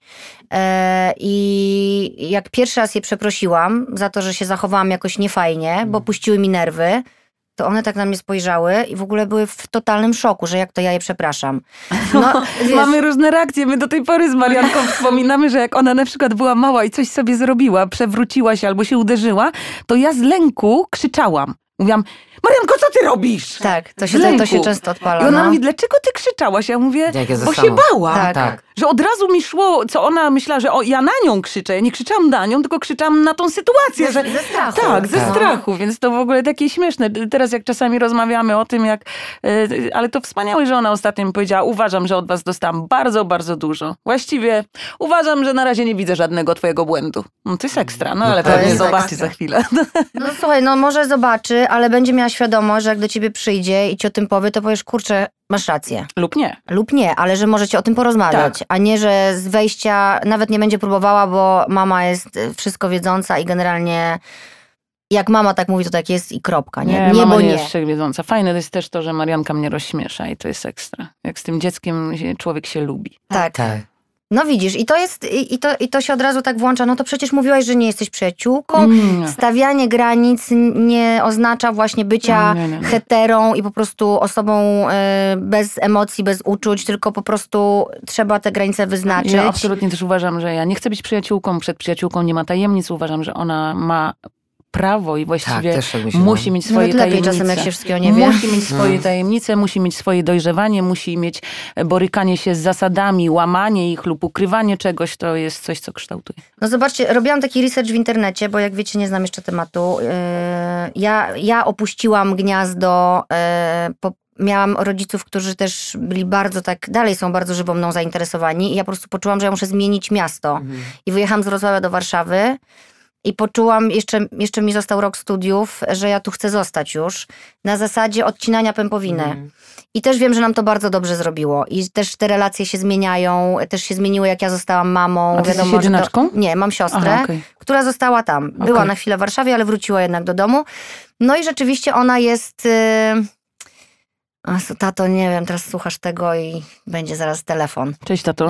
E, I jak pierwszy raz je przeprosiłam za to, że się zachowałam jakoś niefajnie, bo puściły mi nerwy, to one tak na mnie spojrzały i w ogóle były w totalnym szoku, że jak to ja je przepraszam. No, wiesz, Mamy różne reakcje. My do tej pory z Marianką wspominamy, że jak ona na przykład była mała i coś sobie zrobiła, przewróciła się albo się uderzyła, to ja z lęku krzyczałam. Mówiłam, Marianko, co ty robisz? Tak, to się, to się często odpala. I ona no. mówi, dlaczego ty krzyczałaś? Ja mówię, Jak ja bo się bałam. Tak. tak. Że od razu mi szło, co ona myślała, że o, ja na nią krzyczę. Ja nie krzyczałam na nią, tylko krzyczałam na tą sytuację. Ze, że, ze strachu. Tak, ze Tak. strachu, więc to w ogóle takie śmieszne. Teraz jak czasami rozmawiamy o tym, jak... Yy, ale to wspaniałe, że ona ostatnio mi powiedziała, uważam, że od was dostałam bardzo, bardzo dużo. Właściwie uważam, że na razie nie widzę żadnego twojego błędu. No to jest ekstra, no ale to pewnie jest zobaczy ekstra. za chwilę. No słuchaj, no może zobaczy, ale będzie miała świadomość, że jak do ciebie przyjdzie i ci o tym powie, to powiesz, kurczę, masz rację. Lub nie. Lub nie, ale że możecie o tym porozmawiać, Tak. a nie, że z wejścia nawet nie będzie próbowała, bo mama jest wszystko wiedząca i generalnie jak mama tak mówi, to tak jest i kropka. Nie, Nie, nie mama bo nie nie. jest wszechwiedząca. Fajne to jest też to, że Marianka mnie rozśmiesza i to jest ekstra. Jak z tym dzieckiem się, człowiek się lubi. Tak. Tak. No widzisz, i to jest, i, i, to, i to się od razu tak włącza, no to przecież mówiłaś, że nie jesteś przyjaciółką. Mm. Stawianie granic nie oznacza właśnie bycia Nie, nie, nie. heterą i po prostu osobą y, bez emocji, bez uczuć, tylko po prostu trzeba te granice wyznaczyć. Ja absolutnie też uważam, że ja nie chcę być przyjaciółką. Przed przyjaciółką nie ma tajemnic. Uważam, że ona ma prawo i właściwie Tak, też tak myślałem. musi mieć swoje Nawet lepiej tajemnice. czasem, jak się wszystkiego nie wie. Musi mieć swoje tajemnice, musi mieć swoje dojrzewanie, musi mieć borykanie się z zasadami, łamanie ich lub ukrywanie czegoś. To jest coś, co kształtuje. No zobaczcie, robiłam taki research w internecie, bo jak wiecie, nie znam jeszcze tematu. Yy, ja, ja opuściłam gniazdo, yy, po, miałam rodziców, którzy też byli bardzo tak, dalej są bardzo żywo mną zainteresowani i ja po prostu poczułam, że ja muszę zmienić miasto. Mhm. I wyjechałam z Wrocławia do Warszawy i poczułam, jeszcze, jeszcze mi został rok studiów, że ja tu chcę zostać już, na zasadzie odcinania pępowiny. Mhm. I też wiem, że nam to bardzo dobrze zrobiło. I też te relacje się zmieniają, też się zmieniły, jak ja zostałam mamą. A ty jesteś że to- jedynaczką? Nie, mam siostrę, Aha, okej. która została tam. Była Okej. na chwilę w Warszawie, ale wróciła jednak do domu. No i rzeczywiście ona jest... Yy... A, su- tato, nie wiem, teraz słuchasz tego i będzie zaraz telefon. Cześć, tato.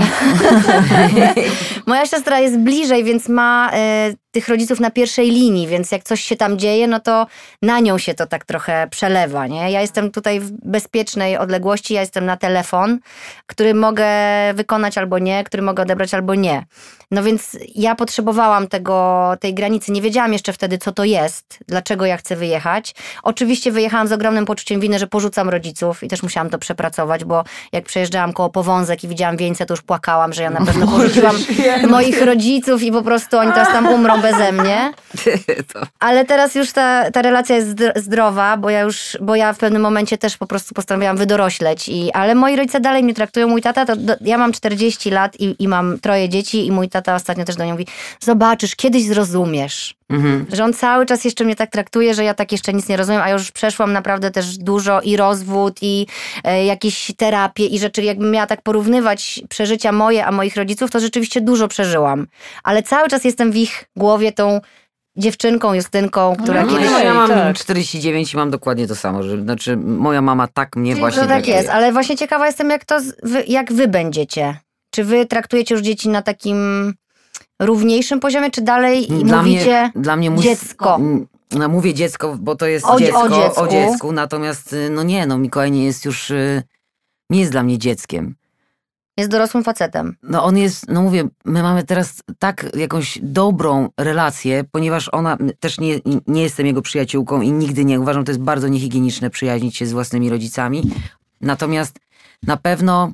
Moja siostra jest bliżej, więc ma y, tych rodziców na pierwszej linii, więc jak coś się tam dzieje, no to na nią się to tak trochę przelewa, nie? Ja jestem tutaj w bezpiecznej odległości, ja jestem na telefon, który mogę wykonać albo nie, który mogę odebrać albo nie. No więc ja potrzebowałam tego, tej granicy, nie wiedziałam jeszcze wtedy, co to jest, dlaczego ja chcę wyjechać. Oczywiście wyjechałam z ogromnym poczuciem winy, że porzucam rodziców i też musiałam to przepracować, bo jak przejeżdżałam koło Powązek i widziałam wieńce, to już płakałam, że ja na pewno porzuciłam moich rodziców i po prostu oni teraz tam umrą beze mnie. To. Ale teraz już ta, ta relacja jest zdro- zdrowa, bo ja już, bo ja w pewnym momencie też po prostu postanowiłam wydorośleć. I, ale moi rodzice dalej mnie traktują. Mój tata, to do, ja mam czterdzieści lat i, i mam troje dzieci i mój tata ostatnio też do mnie mówi, zobaczysz, kiedyś zrozumiesz. Mhm. Że on cały czas jeszcze mnie tak traktuje, że ja tak jeszcze nic nie rozumiem, a ja już przeszłam naprawdę też dużo i rozwód, i e, jakieś terapie i rzeczy. Jakbym miała tak porównywać przeżycia moje, a moich rodziców, to rzeczywiście dużo przeżyłam. Ale cały czas jestem w ich głowie tą dziewczynką, Justynką, która No, kiedyś... No, ja mam tak. czterdzieści dziewięć i mam dokładnie to samo. Że, znaczy moja mama tak mnie właśnie To tak traktuje. jest, ale właśnie ciekawa jestem, jak to, z- wy, jak wy będziecie. Czy wy traktujecie już dzieci na takim równiejszym poziomie, czy dalej Dla mówicie mnie, dla mnie mus... dziecko? No, mówię dziecko, bo to jest O- o dziecko, o, dziecku. dziecku, natomiast y, no nie, no Mikołaj nie jest już, y, nie jest dla mnie dzieckiem. Jest dorosłym facetem. No on jest, no mówię, my mamy teraz tak jakąś dobrą relację, ponieważ ona, też nie, nie jestem jego przyjaciółką i nigdy nie, uważam, to jest bardzo niehigieniczne przyjaźnić się z własnymi rodzicami. Natomiast na pewno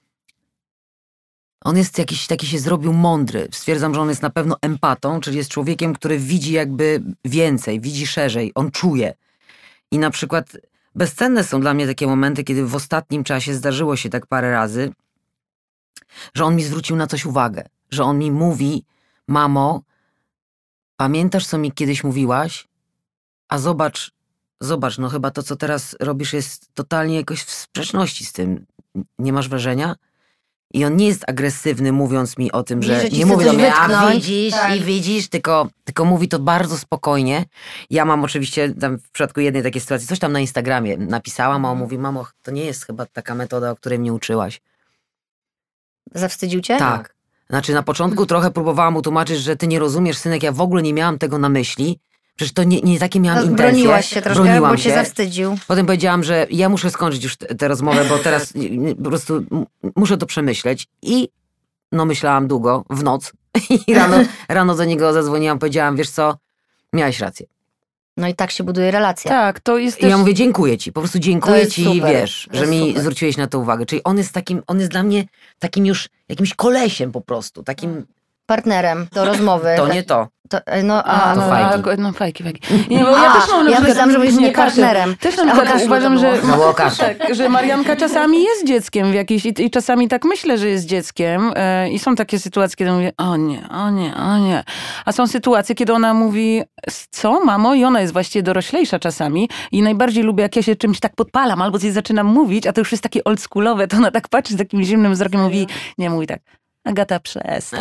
on jest jakiś, taki się zrobił mądry. Stwierdzam, że on jest na pewno empatą, czyli jest człowiekiem, który widzi jakby więcej, widzi szerzej, on czuje. I na przykład bezcenne są dla mnie takie momenty, kiedy w ostatnim czasie zdarzyło się tak parę razy, że on mi zwrócił na coś uwagę. Że on mi mówi, mamo, pamiętasz, co mi kiedyś mówiłaś? A zobacz, zobacz, no chyba to, co teraz robisz, jest totalnie jakoś w sprzeczności z tym. Nie masz wrażenia? I on nie jest agresywny, mówiąc mi o tym, Nie, że że ci nie chce mówi do coś mnie, a wytknąć. widzisz Tak. i widzisz, tylko, tylko mówi to bardzo spokojnie. Ja mam oczywiście tam w przypadku jednej takiej sytuacji, coś tam na Instagramie napisałam, a on mówi, mamo, to nie jest chyba taka metoda, o której mnie uczyłaś. Zawstydził cię? Tak. Znaczy na początku trochę próbowałam mu tłumaczyć, że ty nie rozumiesz, synek, ja w ogóle nie miałam tego na myśli. Przecież to nie, nie takie miałam No, intencje. broniłaś się troszkę, Broniłam bo cię się. zawstydził. Potem powiedziałam, że ja muszę skończyć już tę rozmowę, bo teraz nie- nie- po prostu m- muszę to przemyśleć. I no myślałam długo, w noc. I rano, rano do niego zadzwoniłam, powiedziałam, wiesz co, miałeś rację. No i tak się buduje relacja. Tak, to jest I też... ja mówię, dziękuję ci, po prostu dziękuję jest ci, super. wiesz, To że jest mi super. zwróciłeś na to uwagę. Czyli on jest takim, on jest dla mnie takim już jakimś kolesiem po prostu, takim, Partnerem do rozmowy. to nie to. To, no, a, A, to no, fajki. a, no fajki, fajki. Nie, bo ja A, też mam... ja że- myślałam, że będziesz nie Kasiu. partnerem. Też na O, przykład Kasiu, uważam, to że... było. No bo Kasia. Tak, że Marianka czasami jest dzieckiem w jakiejś i, i czasami tak myślę, że jest dzieckiem e, i są takie sytuacje, kiedy mówię, o nie, o nie, o nie. A są sytuacje, kiedy ona mówi, co mamo? I ona jest właściwie doroślejsza czasami i najbardziej lubię, jak ja się czymś tak podpalam albo coś zaczynam mówić, a to już jest takie oldschoolowe, to ona tak patrzy z takim zimnym wzrokiem, mówi, nie, mówi tak, Agata, przestań.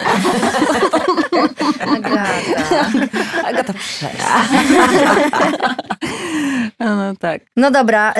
Agata. Agata, przestań. No tak. No dobra.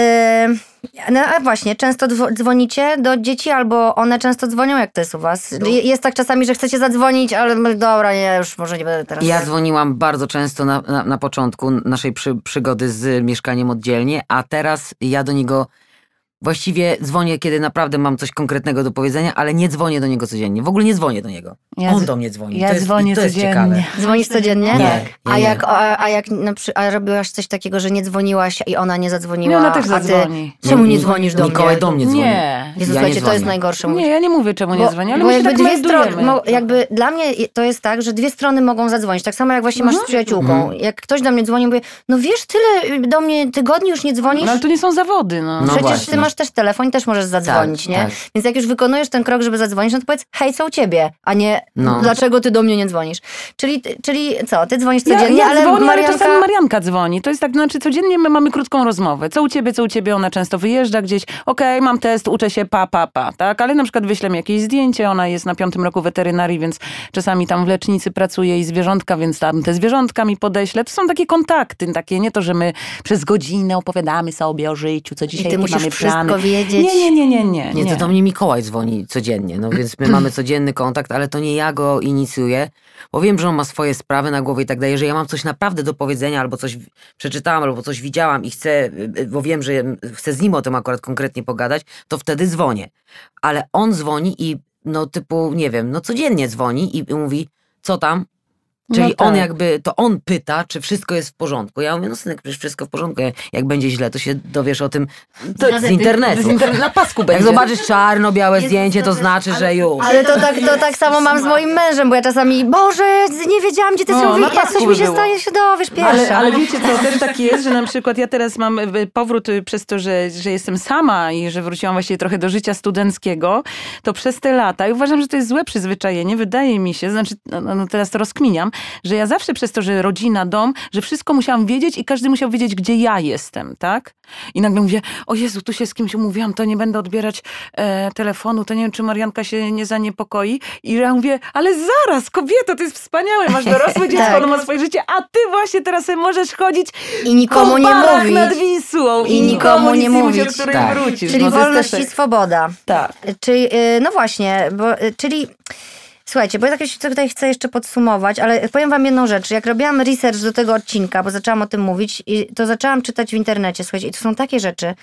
Yy, no a właśnie, często dwo- dzwonicie do dzieci albo one często dzwonią, jak to jest u was? No. Je- Jest tak czasami, że chcecie zadzwonić, ale my- dobra, nie, już może nie będę teraz. Ja dzwoniłam bardzo często na, na, na początku naszej przy, przygody z mieszkaniem oddzielnie, a teraz ja do niego właściwie dzwonię, kiedy naprawdę mam coś konkretnego do powiedzenia, ale nie dzwonię do niego codziennie. W ogóle nie dzwonię do niego. Ja On z- do mnie dzwoni. ja to jest, dzwonię to jest codziennie. ciekawe. Dzwonisz codziennie? Nie, ja A nie. jak, a, a jak na przy, a robiłaś coś takiego, że nie dzwoniłaś i ona nie zadzwoniła? Nie, ona też a ty, zadzwoni. czemu nie Ni- dzwonisz do Mikołaj mnie? do mnie dzwoni. Nie. Jezu, Ja słuchajcie, nie to jest dzwonię. najgorsze. Nie, ja nie mówię, czemu nie dzwonię, ale bo my się jakby tak dwie meldujemy. strony, mo, jakby dla mnie to jest tak, że dwie strony mogą zadzwonić. Tak samo jak właśnie masz z przyjaciółką. Jak ktoś do mnie dzwoni, mówię, no wiesz, tyle do mnie tygodni już nie dzwonisz. No ale to nie są zawody, no. No Przecież właśnie. ty masz też telefon i też możesz zadzwonić, Tak, nie? tak. Więc jak już wykonujesz ten krok, żeby zadzwonić, no to powiedz, hej, co u ciebie, a nie No. dlaczego ty do mnie nie dzwonisz. Czyli, czyli co, ty dzwonisz Ja, codziennie, ja ale dzwonię, Marianka... ale czasami Marianka dzwoni. To jest tak, znaczy codziennie my mamy krótką rozmowę. Co u ciebie, co u ciebie, ona często wyjeżdża gdzieś. Okej, mam test, uczę się, pa, pa, pa, tak? Ale na przykład wyślę mi jakieś zdjęcie, ona jest na piątym roku weterynarii, więc czasami tam w lecznicy pracuje i zwierzątka, więc tam te zwierzątka mi podeślę. To są takie kontakty, takie nie to, że my przez godzinę opowiadamy sobie o życiu, co dzisiaj ty jakie musisz mamy wszystko plany. wiedzieć. Nie, nie, nie, nie, nie. Nie, to do mnie Mikołaj dzwoni codziennie, no więc my mamy codzienny kontakt, ale to nie ja go inicjuję, bo wiem, że on ma swoje sprawy na głowie i tak dalej. Jeżeli ja mam coś naprawdę do powiedzenia, albo coś przeczytałam, albo coś widziałam i chcę, bo wiem, że chcę z nim o tym akurat konkretnie pogadać, to wtedy dzwonię. Ale on dzwoni i no typu, nie wiem, no codziennie dzwoni i mówi, co tam? Czyli No tak. on jakby, to on pyta, czy wszystko jest w porządku. Ja mówię, no synek, przecież wszystko w porządku. Jak będzie źle, to się dowiesz o tym z internetu. Z inter- na pasku Jak będzie. zobaczysz czarno-białe Jezus, zdjęcie, to to też- znaczy, ale- że już. Ale to tak, to tak samo mam z moim mężem, bo ja czasami, Boże, nie wiedziałam, gdzie ty No, jesteś. na Mówię, jak pasku coś by mi się było. stanie, się dowiesz pierwsza. Ale, ale wiecie co, też tak jest, że na przykład ja teraz mam y, powrót y, przez to, że, że jestem sama i że wróciłam właściwie trochę do życia studenckiego, to przez te lata i uważam, że to jest złe przyzwyczajenie, wydaje mi się, znaczy no, no teraz to rozkminiam, że ja zawsze przez to, że rodzina, dom, że wszystko musiałam wiedzieć i każdy musiał wiedzieć, gdzie ja jestem, tak? I nagle mówię, o Jezu, tu się z kimś umówiłam, to nie będę odbierać e, telefonu, to nie wiem, czy Marianka się nie zaniepokoi. I ja mówię, ale zaraz, kobieto, to jest wspaniałe, masz dorosłe dziecko, Tak. ono ma swoje życie, a ty właśnie teraz sobie możesz chodzić I nikomu po nie barach mówić. nad Wisłą I nikomu nic nie mówić, mówić. od której Tak. wrócisz. Czyli No, to jest wolność też i tak- swoboda. Tak. Czyli, y, no właśnie, bo, y, czyli... Słuchajcie, bo ja tak się tutaj chcę jeszcze podsumować, ale powiem wam jedną rzecz. Jak robiłam research do tego odcinka, bo zaczęłam o tym mówić, i to zaczęłam czytać w internecie, słuchajcie, i to są takie rzeczy,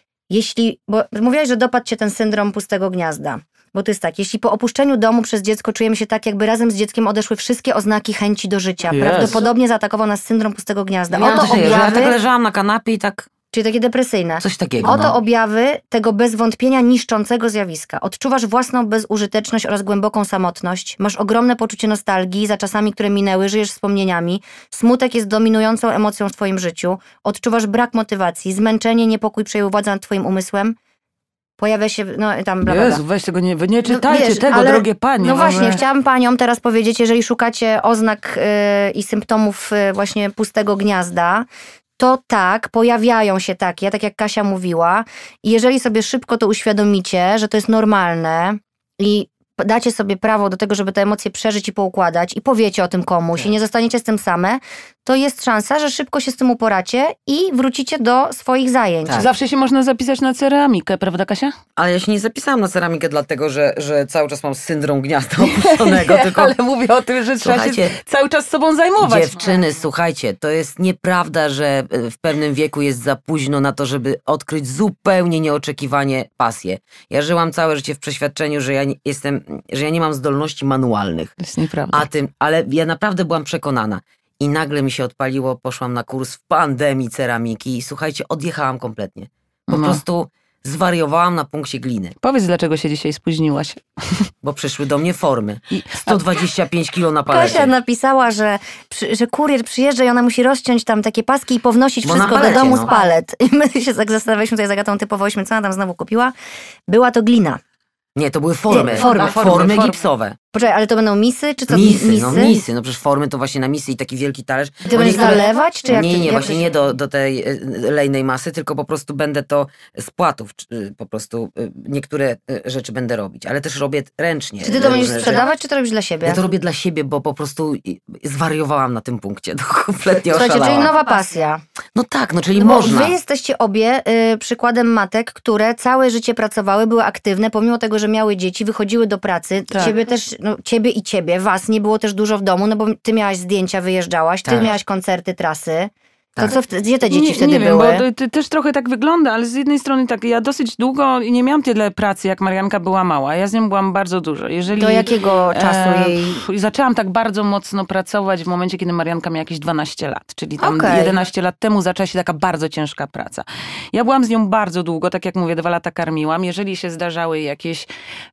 jeśli, bo mówiłaś, że dopadł cię ten syndrom pustego gniazda. Bo to jest tak, jeśli po opuszczeniu domu przez dziecko czujemy się tak, jakby razem z dzieckiem odeszły wszystkie oznaki chęci do życia. Jezu. Prawdopodobnie zaatakował nas syndrom pustego gniazda. Miałam Oto coś takiego, że ja tak objawy, leżałam na kanapie i tak czyli takie depresyjne. coś takiego. Oto no. objawy tego bez wątpienia niszczącego zjawiska. Odczuwasz własną bezużyteczność oraz głęboką samotność. Masz ogromne poczucie nostalgii za czasami, które minęły, żyjesz wspomnieniami. Smutek jest dominującą emocją w twoim życiu. Odczuwasz brak motywacji, zmęczenie, niepokój przejęły władzę nad twoim umysłem. Pojawia się, no tam bla, bla, bla. Jezu, weź tego nie, wy nie No, czytajcie wiesz, tego, ale- drogie panie. No w ogóle. właśnie, chciałam paniom teraz powiedzieć, jeżeli szukacie oznak yy, i symptomów yy, właśnie pustego gniazda, to tak, pojawiają się takie, tak jak Kasia mówiła. I jeżeli sobie szybko to uświadomicie, że to jest normalne i dacie sobie prawo do tego, żeby te emocje przeżyć i poukładać i powiecie o tym komuś i nie zostaniecie z tym same, to jest szansa, że szybko się z tym uporacie i wrócicie do swoich zajęć. Tak. Zawsze się można zapisać na ceramikę, prawda Kasia? Ale ja się nie zapisałam na ceramikę dlatego, że, że cały czas mam syndrom gniazda opuszczonego, tylko Ale mówię o tym, że trzeba się Słuchajcie, cały czas sobą zajmować. dziewczyny, słuchajcie, to jest nieprawda, że w pewnym wieku jest za późno na to, żeby odkryć zupełnie nieoczekiwanie pasję. Ja żyłam całe życie w przeświadczeniu, że ja nie, jestem, że ja nie mam zdolności manualnych. To jest nieprawda. A tym, ale ja naprawdę byłam przekonana. I nagle mi się odpaliło, poszłam na kurs w pandemii ceramiki i słuchajcie, odjechałam kompletnie. Po No. prostu zwariowałam na punkcie gliny. Powiedz, dlaczego się dzisiaj spóźniłaś. Bo przyszły do mnie formy. sto dwadzieścia pięć kilo na palecie. Kasia napisała, że, przy, że kurier przyjeżdża i ona musi rozciąć tam takie paski i pownosić Bo na wszystko palecie, do domu no. z palet. I my się tak zastanawialiśmy tutaj z Agatą, typowałyśmy, co ona tam znowu kupiła. Była to glina. Nie, to były formy. Nie, formy, formy, formy, formy. gipsowe. Poczekaj, ale to będą misy, czy co? Misy, misy? no misy. No przecież formy to właśnie na misy i taki wielki talerz. Ty Bo będziesz niektóre- zalewać, czy jak Nie, ty- nie, jak właśnie to się- nie do, do tej y, lejnej masy, tylko po prostu będę to z płatów, czy, y, po prostu y, niektóre y, rzeczy będę robić, ale też robię ręcznie. Czy ty to różne będziesz rzeczy. sprzedawać, czy to robisz dla siebie? Ja to robię dla siebie, bo po prostu y, zwariowałam na tym punkcie. To kompletnie Słuchajcie, oszalałam. czyli nowa pasja. No tak, no czyli Bo można. wy jesteście obie y, przykładem matek, które całe życie pracowały, były aktywne, pomimo tego, że miały dzieci, wychodziły do pracy. Tak. Ciebie też, no, ciebie i ciebie, was nie było też dużo w domu, no bo ty miałaś zdjęcia, wyjeżdżałaś, ty Tak. miałaś koncerty, trasy. To Tak. co, wtedy- gdzie te dzieci nie, wtedy nie wiem, były? bo to, to też trochę tak wygląda, ale z jednej strony tak, ja dosyć długo nie miałam tyle pracy, jak Marianka była mała. Ja z nią byłam bardzo dużo. Jeżeli, Do jakiego czasu e, jej... pff, Zaczęłam tak bardzo mocno pracować w momencie, kiedy Marianka miała jakieś dwanaście lat, czyli tam Okej. jedenaście lat temu zaczęła się taka bardzo ciężka praca. Ja byłam z nią bardzo długo, tak jak mówię, dwa lata karmiłam. Jeżeli się zdarzały jakieś,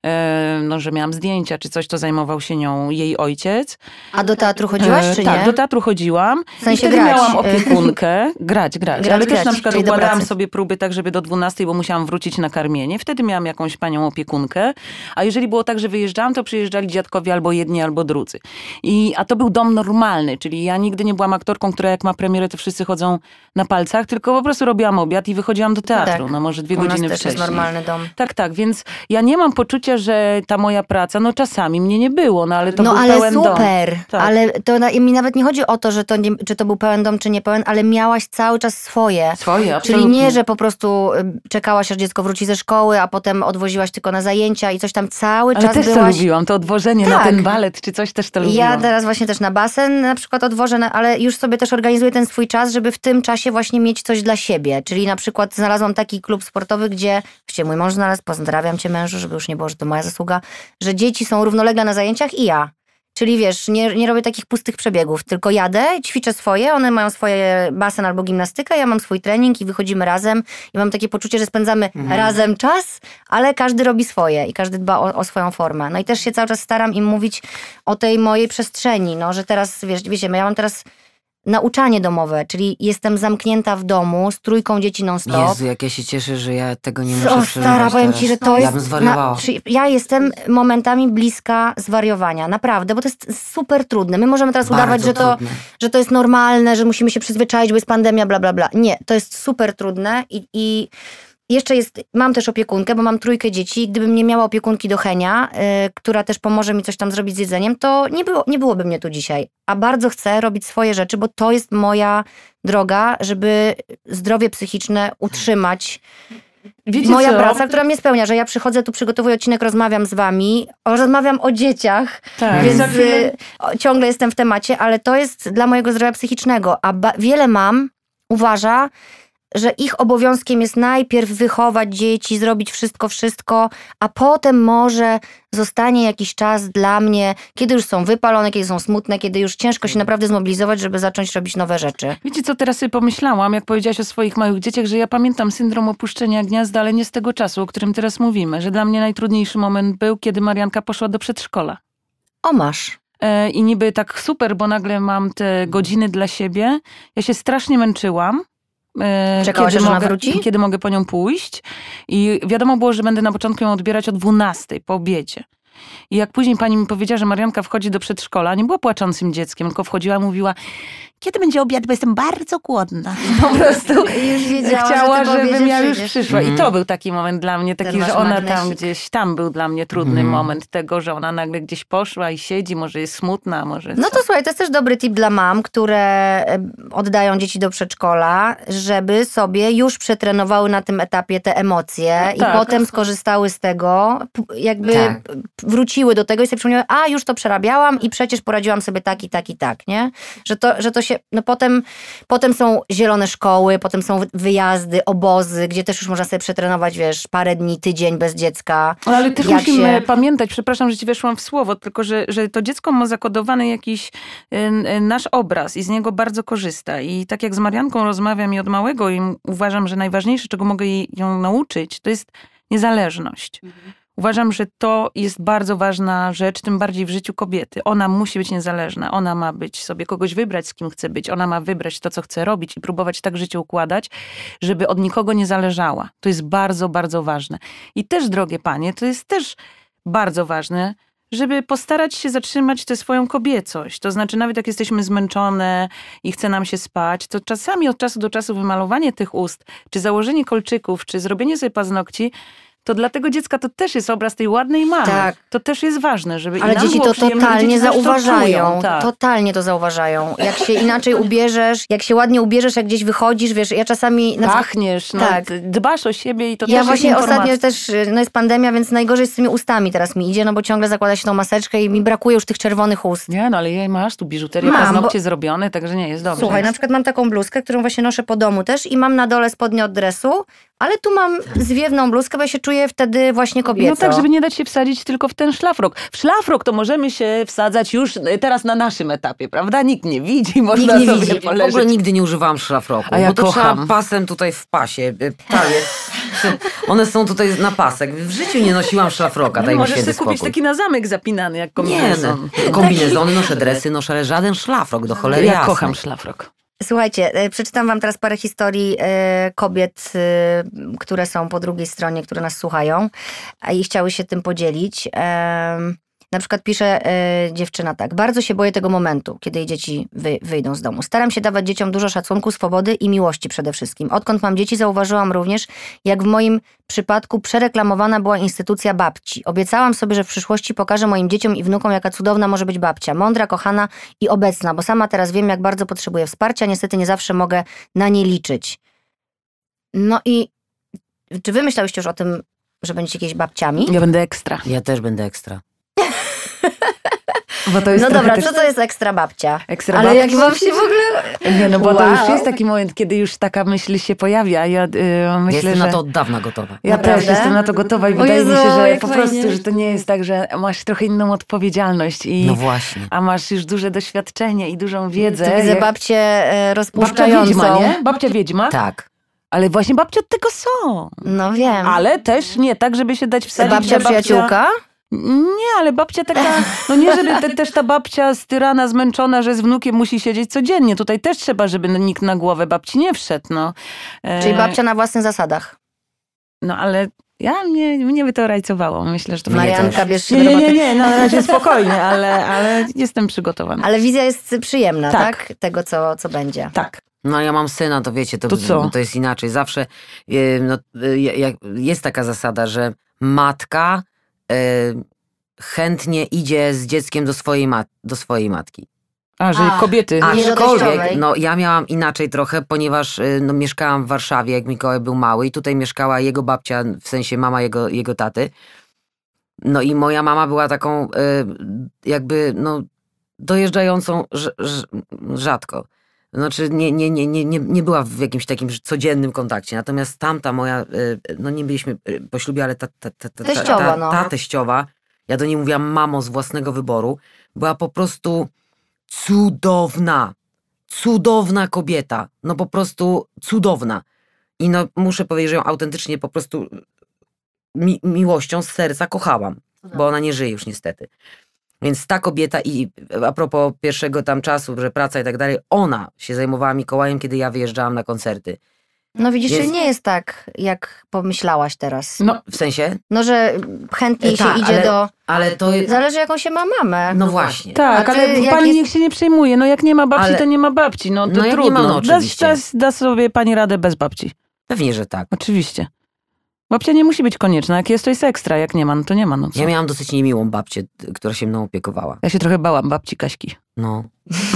e, no, że miałam zdjęcia czy coś, to zajmował się nią jej ojciec. A do teatru chodziłaś, E, czy tak, nie? do teatru chodziłam. W sensie I wtedy grać. miałam opiekunkę. Grać, grać. Grać, Ale grać, też na przykład czyli do układałam pracy. sobie próby tak, żeby do dwunastej, bo musiałam wrócić na karmienie. Wtedy miałam jakąś panią opiekunkę. A jeżeli było tak, że wyjeżdżałam, to przyjeżdżali dziadkowie albo jedni, albo drudzy. I, a to był dom normalny, czyli ja nigdy nie byłam aktorką, która jak ma premierę, to wszyscy chodzą na palcach, tylko po prostu robiłam obiad i wychodziłam do teatru. tak. No może dwie U nas godziny też wcześniej. jest normalny dom. Tak, tak, więc ja nie mam poczucia, że ta moja praca, no czasami mnie nie było, no ale to no był ale pełen dom. super, Tak. ale to na, mi nawet nie chodzi o to, że to nie, czy to był pełen dom, czy nie pełen, ale miałaś cały czas swoje. Swoje, Czyli absolutnie. nie, że po prostu y, czekałaś, aż dziecko wróci ze szkoły, a potem odwoziłaś tylko na zajęcia i coś tam cały Ale czas też byłaś. to lubiłam, to odwożenie na Tak. ten balet, czy coś też to lubiłam. Ja teraz właśnie też na basen na przykład odwożę, na, ale już sobie też organizuję ten swój czas, żeby w tym czasie właśnie mieć coś dla siebie. Czyli na przykład znalazłam taki klub sportowy, gdzie, właściwie mój mąż znalazł, pozdrawiam cię mężu, żeby już nie było, że to moja zasługa, że dzieci są równolegle na zajęciach i ja. Czyli wiesz, nie, nie robię takich pustych przebiegów, tylko jadę, ćwiczę swoje, one mają swoje basen albo gimnastykę, ja mam swój trening i wychodzimy razem i mam takie poczucie, że spędzamy Mhm. razem czas, ale każdy robi swoje i każdy dba o, o swoją formę. No i też się cały czas staram im mówić o tej mojej przestrzeni, no, że teraz, wiesz, wiecie, ja mam teraz nauczanie domowe, czyli jestem zamknięta w domu z trójką dzieci non-stop. Jezu, jak ja się cieszę, że ja tego nie muszę O przeżywać stara, powiem teraz. ci, że to Ja jest... bym zwariowała. czy ja jestem momentami bliska zwariowania, naprawdę, bo to jest super trudne. My możemy teraz Bardzo udawać, że to, trudne. że to jest normalne, że musimy się przyzwyczaić, bo jest pandemia, bla, bla, bla. Nie, to jest super trudne i... i jeszcze jest, mam też opiekunkę, bo mam trójkę dzieci. Gdybym nie miała opiekunki do Henia, yy, która też pomoże mi coś tam zrobić z jedzeniem, to nie, było, nie byłoby mnie tu dzisiaj. A bardzo chcę robić swoje rzeczy, bo to jest moja droga, żeby zdrowie psychiczne utrzymać. Wiecie Moja co? praca, która mnie spełnia, że ja przychodzę tu, przygotowuję odcinek, rozmawiam z wami, o, rozmawiam o dzieciach, Tak. więc Za chwilę- y, o, ciągle jestem w temacie, ale to jest dla mojego zdrowia psychicznego. A ba- wiele mam uważa, że ich obowiązkiem jest najpierw wychować dzieci, zrobić wszystko, wszystko, a potem może zostanie jakiś czas dla mnie, kiedy już są wypalone, kiedy są smutne, kiedy już ciężko się naprawdę zmobilizować, żeby zacząć robić nowe rzeczy. Wiecie, co teraz sobie pomyślałam, jak powiedziałaś o swoich małych dzieciach, że ja pamiętam syndrom opuszczenia gniazda, ale nie z tego czasu, o którym teraz mówimy, że dla mnie najtrudniejszy moment był, kiedy Marianka poszła do przedszkola. O, masz. E, I niby tak super, bo nagle mam te godziny dla siebie. Ja się strasznie męczyłam. E, Czekałaś, kiedy aż ona mogę, wróci? Kiedy mogę po nią pójść. I wiadomo było, że będę na początku ją odbierać o dwunastej po obiedzie. I jak później pani mi powiedziała, że Marianka wchodzi do przedszkola, nie była płaczącym dzieckiem, tylko wchodziła i mówiła, kiedy będzie obiad, bo jestem bardzo głodna. Po prostu Już wiedziała, chciała, że ty po żebym obiedzie ja już przyjdziesz. przyszła. Mhm. I to był taki moment dla mnie, taki, Ten że masz ona magnesik. tam gdzieś, tam był dla mnie trudny Mhm. moment tego, że ona nagle gdzieś poszła i siedzi, może jest smutna, może No co. to słuchaj, to jest też dobry tip dla mam, które e, oddają dzieci do przedszkola, żeby sobie już przetrenowały na tym etapie te emocje i Tak. potem skorzystały z tego, p- jakby Tak. p- wróciły do tego i sobie przypomniały, a już to przerabiałam i przecież poradziłam sobie tak i tak i tak, nie? Że to, że to się, no potem, potem są zielone szkoły, potem są wyjazdy, obozy, gdzie też już można sobie przetrenować, wiesz, parę dni, tydzień bez dziecka. Ale też Jak musimy się... pamiętać, przepraszam, że ci weszłam w słowo, tylko że, że to dziecko ma zakodowany jakiś y, y, nasz obraz i z niego bardzo korzysta. I tak jak z Marianką rozmawiam i od małego i uważam, że najważniejsze, czego mogę jej, ją nauczyć, to jest niezależność. Mhm. Uważam, że to jest bardzo ważna rzecz, tym bardziej w życiu kobiety. Ona musi być niezależna, ona ma być sobie kogoś wybrać, z kim chce być, ona ma wybrać to, co chce robić i próbować tak życie układać, żeby od nikogo nie zależała. To jest bardzo, bardzo ważne. I też, drogie panie, to jest też bardzo ważne, żeby postarać się zatrzymać tę swoją kobiecość. To znaczy, nawet jak jesteśmy zmęczone i chce nam się spać, to czasami od czasu do czasu wymalowanie tych ust, czy założenie kolczyków, czy zrobienie sobie paznokci, to dla tego dziecka to też jest obraz tej ładnej mamy. Tak. To też jest ważne, żeby Ale i nam dzieci było to totalnie dzieci zauważają. To tak. Totalnie to zauważają. Jak się inaczej ubierzesz, jak się ładnie ubierzesz, jak gdzieś wychodzisz, wiesz, ja czasami... Pachniesz, no, tak. Dbasz o siebie i to ja też właśnie jest informacja. ostatnio też, no jest pandemia, więc najgorzej z tymi ustami teraz mi idzie, no bo ciągle zakłada się tą maseczkę i mi brakuje już tych czerwonych ust. Nie, no ale jej masz tu biżuterię, mam, paznokcie bo... zrobione, także nie jest dobrze. Słuchaj, jest. na przykład mam taką bluzkę, którą właśnie noszę po domu też i mam na dole spodnie od dresu, ale tu mam zwiewną bluzkę, bo ja się czuję wtedy właśnie kobieco. No tak, żeby nie dać się wsadzić tylko w ten szlafrok. W szlafrok to możemy się wsadzać już teraz na naszym etapie, prawda? Nikt nie widzi, można Nikt nie sobie widzi. poleżeć. W ogóle nigdy nie używałam szlafroku. A ja bo to kocham. trzeba pasem tutaj w pasie. Talie. One są tutaj na pasek. W życiu nie nosiłam szlafroka, daj mi Możesz święty sobie kupić spokój. taki na zamek zapinany, jak Nie, kombinezon. no. Kombinezony, noszę dresy, noszę, ale żaden szlafrok, do cholery Ja jasnej. kocham szlafrok. Słuchajcie, przeczytam wam teraz parę historii e, kobiet, e, które są po drugiej stronie, które nas słuchają a i chciały się tym podzielić. E, na przykład pisze e, dziewczyna tak. Bardzo się boję tego momentu, kiedy jej dzieci wy, wyjdą z domu. Staram się dawać dzieciom dużo szacunku, swobody i miłości przede wszystkim. Odkąd mam dzieci, zauważyłam również, jak w moim przypadku przereklamowana była instytucja babci. Obiecałam sobie, że w przyszłości pokażę moim dzieciom i wnukom, jaka cudowna może być babcia. Mądra, kochana i obecna, bo sama teraz wiem, jak bardzo potrzebuję wsparcia. Niestety nie zawsze mogę na nie liczyć. No i czy wy myślałyście już o tym, że będziecie jakieś babciami? Ja będę ekstra. Ja też będę ekstra. Bo to jest no dobra, też... co to jest ekstra babcia? Ekstra Ale babcia? jak wam się w ogóle... Nie, no bo wow. to już jest taki moment, kiedy już taka myśl się pojawia. Ja yy, myślę, Jestem że... na to od dawna gotowa. Ja Naprawdę? też jestem na to gotowa i O wydaje Jezu, mi się, że jak po fajnie. prostu, że to nie jest tak, że masz trochę inną odpowiedzialność i No właśnie. a masz już duże doświadczenie i dużą wiedzę. To widzę jak... babcię e, Babcia rozpuszczającą. wiedźma, nie? Babcia wiedźma? Tak. Ale właśnie babcie od tego są. No wiem. Ale też nie tak, żeby się dać wsadzić. Babcia że babcia przyjaciółka? Nie, ale babcia taka, no nie żeby te, też ta babcia styrana, zmęczona, że z wnukiem musi siedzieć codziennie. Tutaj też trzeba, żeby nikt na głowę babci nie wszedł. No. E... Czyli babcia na własnych zasadach. No ale ja mnie, mnie by to rajcowało. Myślę, że to Marianka, bierz się nie, do nie, roboty. nie, nie, na razie spokojnie, ale, ale jestem przygotowana. Ale wizja jest przyjemna, tak? Tak. Tego, co, co będzie. Tak. No ja mam syna, to wiecie, to, To co? to jest inaczej. Zawsze yy, no, yy, jak, jest taka zasada, że matka yy, chętnie idzie z dzieckiem do swojej, mat, do swojej matki. A, że A, kobiety. a- Aczkolwiek, teściowej. no ja miałam inaczej trochę, ponieważ y, no, mieszkałam w Warszawie, jak Mikołaj był mały i tutaj mieszkała jego babcia, w sensie mama jego, jego taty. No i moja mama była taką y, jakby, no, dojeżdżającą rz, rz, rzadko. Znaczy nie, nie, nie, nie, nie, nie była w jakimś takim codziennym kontakcie. Natomiast tamta moja, y, no nie byliśmy y, po ślubie, ale ta, ta, ta, ta, ta, Teściowa, ta, no. ta teściowa, ja do niej mówiłam mamo z własnego wyboru, była po prostu cudowna, cudowna kobieta, no po prostu cudowna. I no muszę powiedzieć, że ją autentycznie po prostu mi, miłością z serca kochałam, bo ona nie żyje już niestety. Więc ta kobieta i a propos pierwszego tam czasu, że praca i tak dalej, ona się zajmowała Mikołajem, kiedy ja wyjeżdżałam na koncerty. No widzisz, Jest- nie jest tak, jak pomyślałaś teraz. No, W sensie? No, że chętniej E, się tak, idzie ale- do... Ale to... Zależy, jaką się ma mamę. No właśnie. tak, A ty ale jak pani jest- niech się nie przejmuje. No jak nie ma babci, Ale- to nie ma babci. No to No jak nie trudno. ma, no da, oczywiście. da, da sobie pani radę bez babci. Pewnie, że tak. Oczywiście. Babcia nie musi być konieczna. Jak jest, to jest ekstra. Jak nie ma, no to nie ma. No co? Ja miałam dosyć niemiłą babcię, t- która się mną opiekowała. Ja się trochę bałam babci Kaśki. No.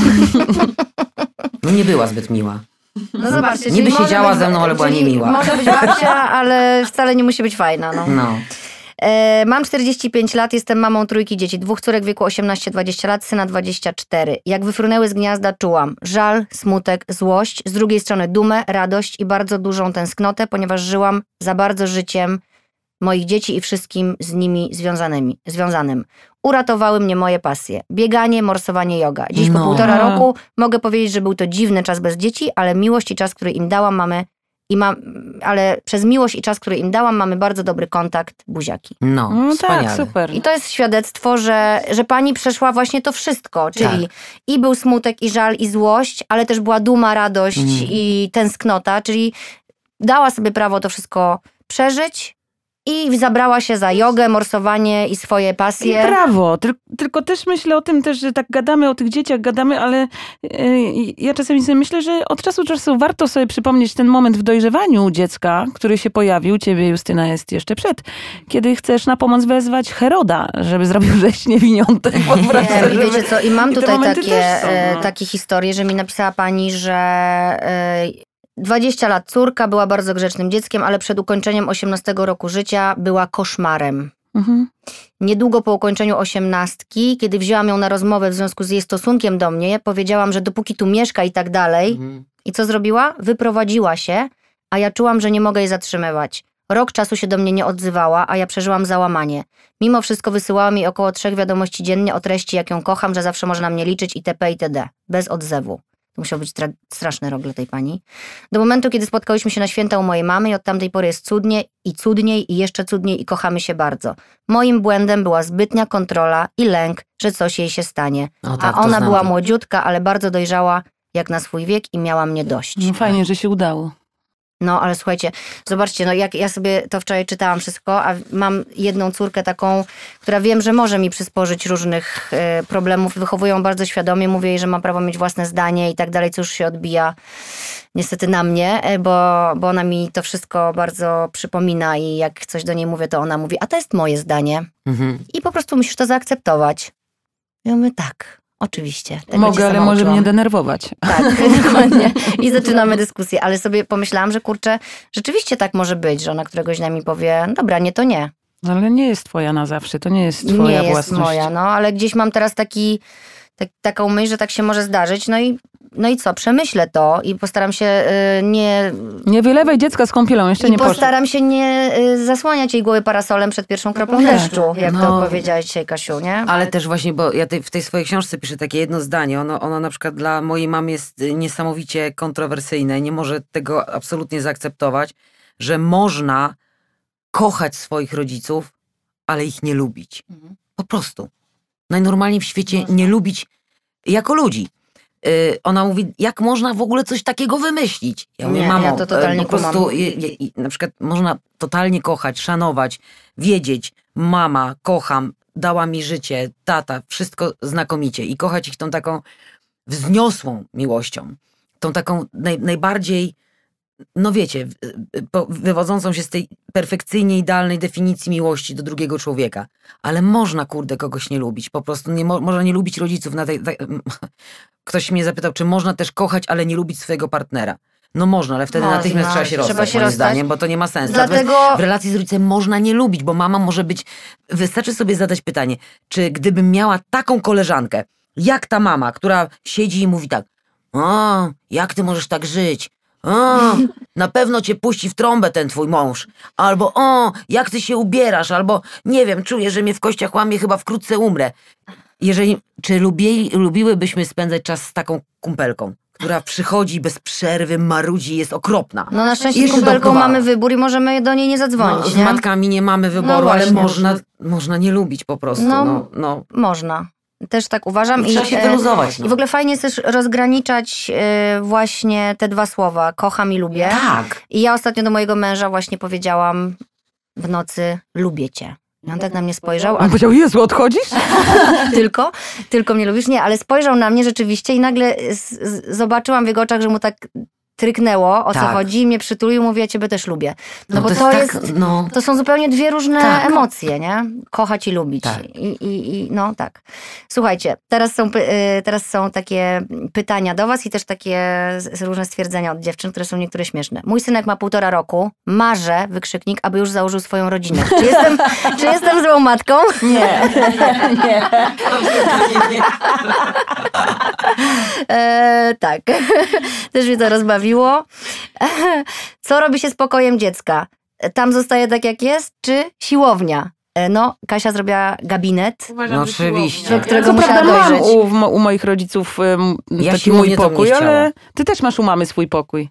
No nie była zbyt miła. No zobaczcie, Niby czyli może siedziała być- ze mną, ale była czyli niemiła. Może być babcia, ale wcale nie musi być fajna. No. No. E, mam czterdzieści pięć lat, jestem mamą trójki dzieci, dwóch córek w wieku osiemnaście dwadzieścia lat, syna dwadzieścia cztery. Jak wyfrunęły z gniazda, czułam żal, smutek, złość, z drugiej strony dumę, radość i bardzo dużą tęsknotę, ponieważ żyłam za bardzo życiem moich dzieci i wszystkim z nimi związanymi, związanym. Uratowały mnie moje pasje. Bieganie, morsowanie, joga. Dziś No. po półtora roku mogę powiedzieć, że był to dziwny czas bez dzieci, ale miłość i czas, który im dałam, mamy i mam, ale przez miłość i czas, który im dałam, mamy bardzo dobry kontakt, buziaki. No, No wspaniale. tak, super. I to jest świadectwo, że, że pani przeszła właśnie to wszystko, czyli Tak. i był smutek, i żal, i złość, ale też była duma, radość Mm. i tęsknota, czyli dała sobie prawo to wszystko przeżyć i zabrała się za jogę, morsowanie i swoje I pasje. brawo, Tyl- tylko też myślę o tym też, że tak gadamy o tych dzieciach, gadamy, ale yy, ja czasami sobie myślę, że od czasu do czasu warto sobie przypomnieć ten moment w dojrzewaniu dziecka, który się pojawił, ciebie Justyna jest jeszcze przed, kiedy chcesz na pomoc wezwać Heroda, żeby zrobił rzeź niewiniątek. po prostu, Nie, i żeby- wiecie co, i mam I te tutaj momenty takie, też są, e, no. takie historie, że mi napisała pani, że e, dwadzieścia lat córka była bardzo grzecznym dzieckiem, ale przed ukończeniem osiemnastego roku życia była koszmarem. Mhm. Niedługo po ukończeniu osiemnastki, kiedy wzięłam ją na rozmowę w związku z jej stosunkiem do mnie, powiedziałam, że dopóki tu mieszka i tak dalej. Mhm. I co zrobiła? Wyprowadziła się, a ja czułam, że nie mogę jej zatrzymywać. Rok czasu się do mnie nie odzywała, a ja przeżyłam załamanie. Mimo wszystko wysyłała mi około trzech wiadomości dziennie o treści, jak ją kocham, że zawsze może na mnie liczyć itp. itd. Bez odzewu. To musiał być tra- straszny rok dla tej pani. Do momentu, kiedy spotkałyśmy się na święta u mojej mamy i od tamtej pory jest cudnie i cudniej i jeszcze cudniej i kochamy się bardzo. Moim błędem była zbytnia kontrola i lęk, że coś jej się stanie. No tak, A to ona znam była to. młodziutka, ale bardzo dojrzała jak na swój wiek i miała mnie dość. No fajnie, że się udało. No, ale słuchajcie, zobaczcie, no jak ja sobie to wczoraj czytałam wszystko, a mam jedną córkę taką, która wiem, że może mi przysporzyć różnych e, problemów. Wychowuję ją bardzo świadomie, mówię jej, że ma prawo mieć własne zdanie i tak dalej, co już się odbija niestety na mnie, e, bo, bo ona mi to wszystko bardzo przypomina i jak coś do niej mówię, to ona mówi, a to jest moje zdanie Mhm. i po prostu musisz to zaakceptować. Ja mówię, tak, oczywiście. Tego cię Mogę, ale sama może uczyłam. mnie denerwować. Tak, dokładnie. I zaczynamy dyskusję, ale sobie pomyślałam, że kurczę, rzeczywiście tak może być, że ona któregoś dnia mi powie, dobra, nie, to nie. Ale nie jest twoja na zawsze, to nie jest twoja nie jest własność. moja, no, ale gdzieś mam teraz taki, tak, taką myśl, że tak się może zdarzyć, no i, no i co, przemyślę to i postaram się y, nie... Nie wylewaj dziecka z kąpielą, jeszcze I nie poszło. postaram się nie y, zasłaniać jej głowy parasolem przed pierwszą kroplą Nie. deszczu, jak No. to powiedziałaś dzisiaj, Kasiu, nie? Ale też właśnie, bo ja tej, w tej swojej książce piszę takie jedno zdanie. Ono, ono na przykład dla mojej mamy jest y, niesamowicie kontrowersyjne. Nie może tego absolutnie zaakceptować, że można kochać swoich rodziców, ale ich nie lubić. Mhm. Po prostu. Najnormalniej w świecie Można. nie lubić jako ludzi. Y, ona mówi, jak można w ogóle coś takiego wymyślić? Ja mówię, Nie, mamo, ja to totalnie y, po prostu kumam. y, y, y, na przykład można totalnie kochać, szanować, wiedzieć, mama, kocham, dała mi życie, tata, wszystko znakomicie i kochać ich tą taką wzniosłą miłością, tą taką naj, najbardziej, no wiecie, w- y, po- wywodzącą się z tej perfekcyjnie idealnej definicji miłości do drugiego człowieka. Ale można, kurde, kogoś nie lubić. Po prostu nie mo- można nie lubić rodziców. Na tej, tej, ktoś mnie zapytał, czy można też kochać, ale nie lubić swojego partnera. No można, ale wtedy Można. natychmiast trzeba się Trzeba rozstać, się moim rozstać. zdaniem, bo to nie ma sensu. Dlatego- Natomiast w relacji z rodzicem można nie lubić, bo mama może być... Wystarczy sobie zadać pytanie, czy gdybym miała taką koleżankę, jak ta mama, która siedzi i mówi tak, o, jak ty możesz tak żyć? O, na pewno cię puści w trąbę ten twój mąż. Albo o, jak ty się ubierasz, albo nie wiem, czuję, że mnie w kościach łamie, chyba wkrótce umrę. Jeżeli, czy lubi, lubiłybyśmy spędzać czas z taką kumpelką, która przychodzi bez przerwy, marudzi, jest okropna. No na szczęście z Jeszcze kumpelką dookoła. mamy wybór i możemy do niej nie No, zadzwonić, z nie? matkami nie mamy wyboru, No ale właśnie. można, można nie lubić po prostu. No, No, no. Można. Też tak uważam. Trzeba się e, wyluzować. No. I w ogóle fajnie jest też rozgraniczać e, właśnie te dwa słowa, kocham i lubię. Tak. I ja ostatnio do mojego męża właśnie powiedziałam w nocy, lubię cię. I on tak na mnie spojrzał, a On powiedział, Jezu, odchodzisz? tylko, tylko mnie lubisz? Nie, ale spojrzał na mnie rzeczywiście i nagle z, z, zobaczyłam w jego oczach, że mu tak tryknęło, o co Tak. chodzi, i mnie przytulił, mówi, ja ciebie też lubię. No, No bo to to jest jest, tak, no. to są zupełnie dwie różne Tak. emocje, nie? Kochać i lubić. Tak. I, i, I no tak. Słuchajcie, teraz są, py- y, teraz są takie pytania do was i też takie z- różne stwierdzenia od dziewczyn, które są niektóre śmieszne. Mój synek ma półtora roku, marzę, wykrzyknik, aby już założył swoją rodzinę. Czy jestem, czy jestem złą matką? Nie, nie. E, tak, też mnie to rozbawiło. Co robi się z pokojem dziecka? Tam zostaje tak jak jest, czy siłownia? E, no, Kasia zrobiła gabinet. Uważam, No że oczywiście. siłownia. Do którego Co musiała prawda mam dojrzeć. u, w mo- u moich rodziców um, Ja taki siłownię mój to bym nie pokój, chciała. ale ty też masz u mamy swój pokój.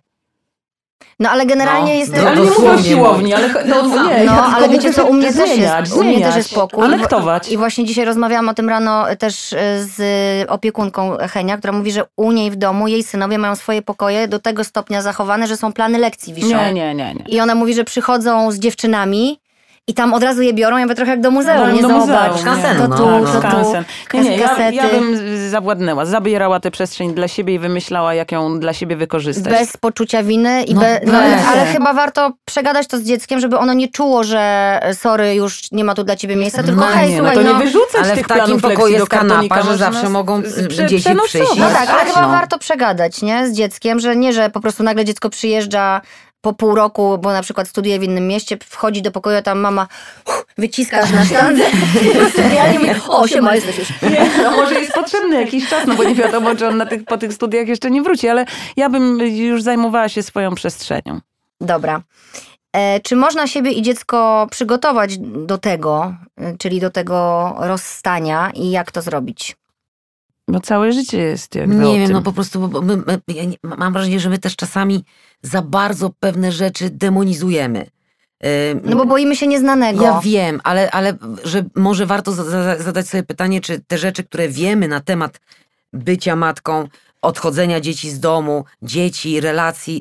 No, ale generalnie No, jest... no, ale nie mówię o dosłownie siłowni, ale no, nie, No, ja ale tylko wiecie mówię, co, u mnie że też zmieniać, jest, u mnie też zmieniać. jest pokój. Alektować. I właśnie dzisiaj rozmawiałam o tym rano też e, z opiekunką Henia, która mówi, że u niej w domu jej synowie mają swoje pokoje do tego stopnia zachowane, że są plany lekcji wiszą. Nie, nie, nie, nie. I ona mówi, że przychodzą z dziewczynami i tam od razu je biorą, ja mówię trochę jak do muzeum, No, nie do zobacz. muzeum, Skansen, to no, tu, no. to tu, Skansen. Nie, nie, ja, kasety. ja bym zawładnęła, zabierała tę przestrzeń dla siebie i wymyślała, jak ją dla siebie wykorzystać. Bez poczucia winy, i No be, no, weź. ale chyba warto przegadać to z dzieckiem, żeby ono nie czuło, że sorry, już nie ma tu dla ciebie miejsca, tylko No hej, nie, słuchaj, no to no, nie wyrzucać Ale tych w takim planów lekcji pokoju do jest kanapa, kartonika, że można zawsze z- mogą z- y, prze- dzieci przenocować. przyjść i no tak, ale spać, chyba no. warto przegadać, nie, z dzieckiem, że nie, że po prostu nagle dziecko przyjeżdża po pół roku, bo na przykład studiuje w innym mieście, wchodzi do pokoju, a tam mama uff, wyciska na sztandę. Ja nie mówię, o, siema, jesteś już. Nie, no może jest potrzebny jakiś czas, no bo nie wiadomo, czy on na tych, po tych studiach jeszcze nie wróci, ale ja bym już zajmowała się swoją przestrzenią. Dobra. E, czy można siebie i dziecko przygotować do tego, e, czyli do tego rozstania, i jak to zrobić? Bo całe życie jest jakby Nie o wiem, tym. no po prostu bo my, my, ja nie, mam wrażenie, że my też czasami za bardzo pewne rzeczy demonizujemy. Ym, No bo boimy się nieznanego. Ja wiem, ale, ale że może warto za, za, zadać sobie pytanie, czy te rzeczy, które wiemy na temat bycia matką, odchodzenia dzieci z domu, dzieci, relacji,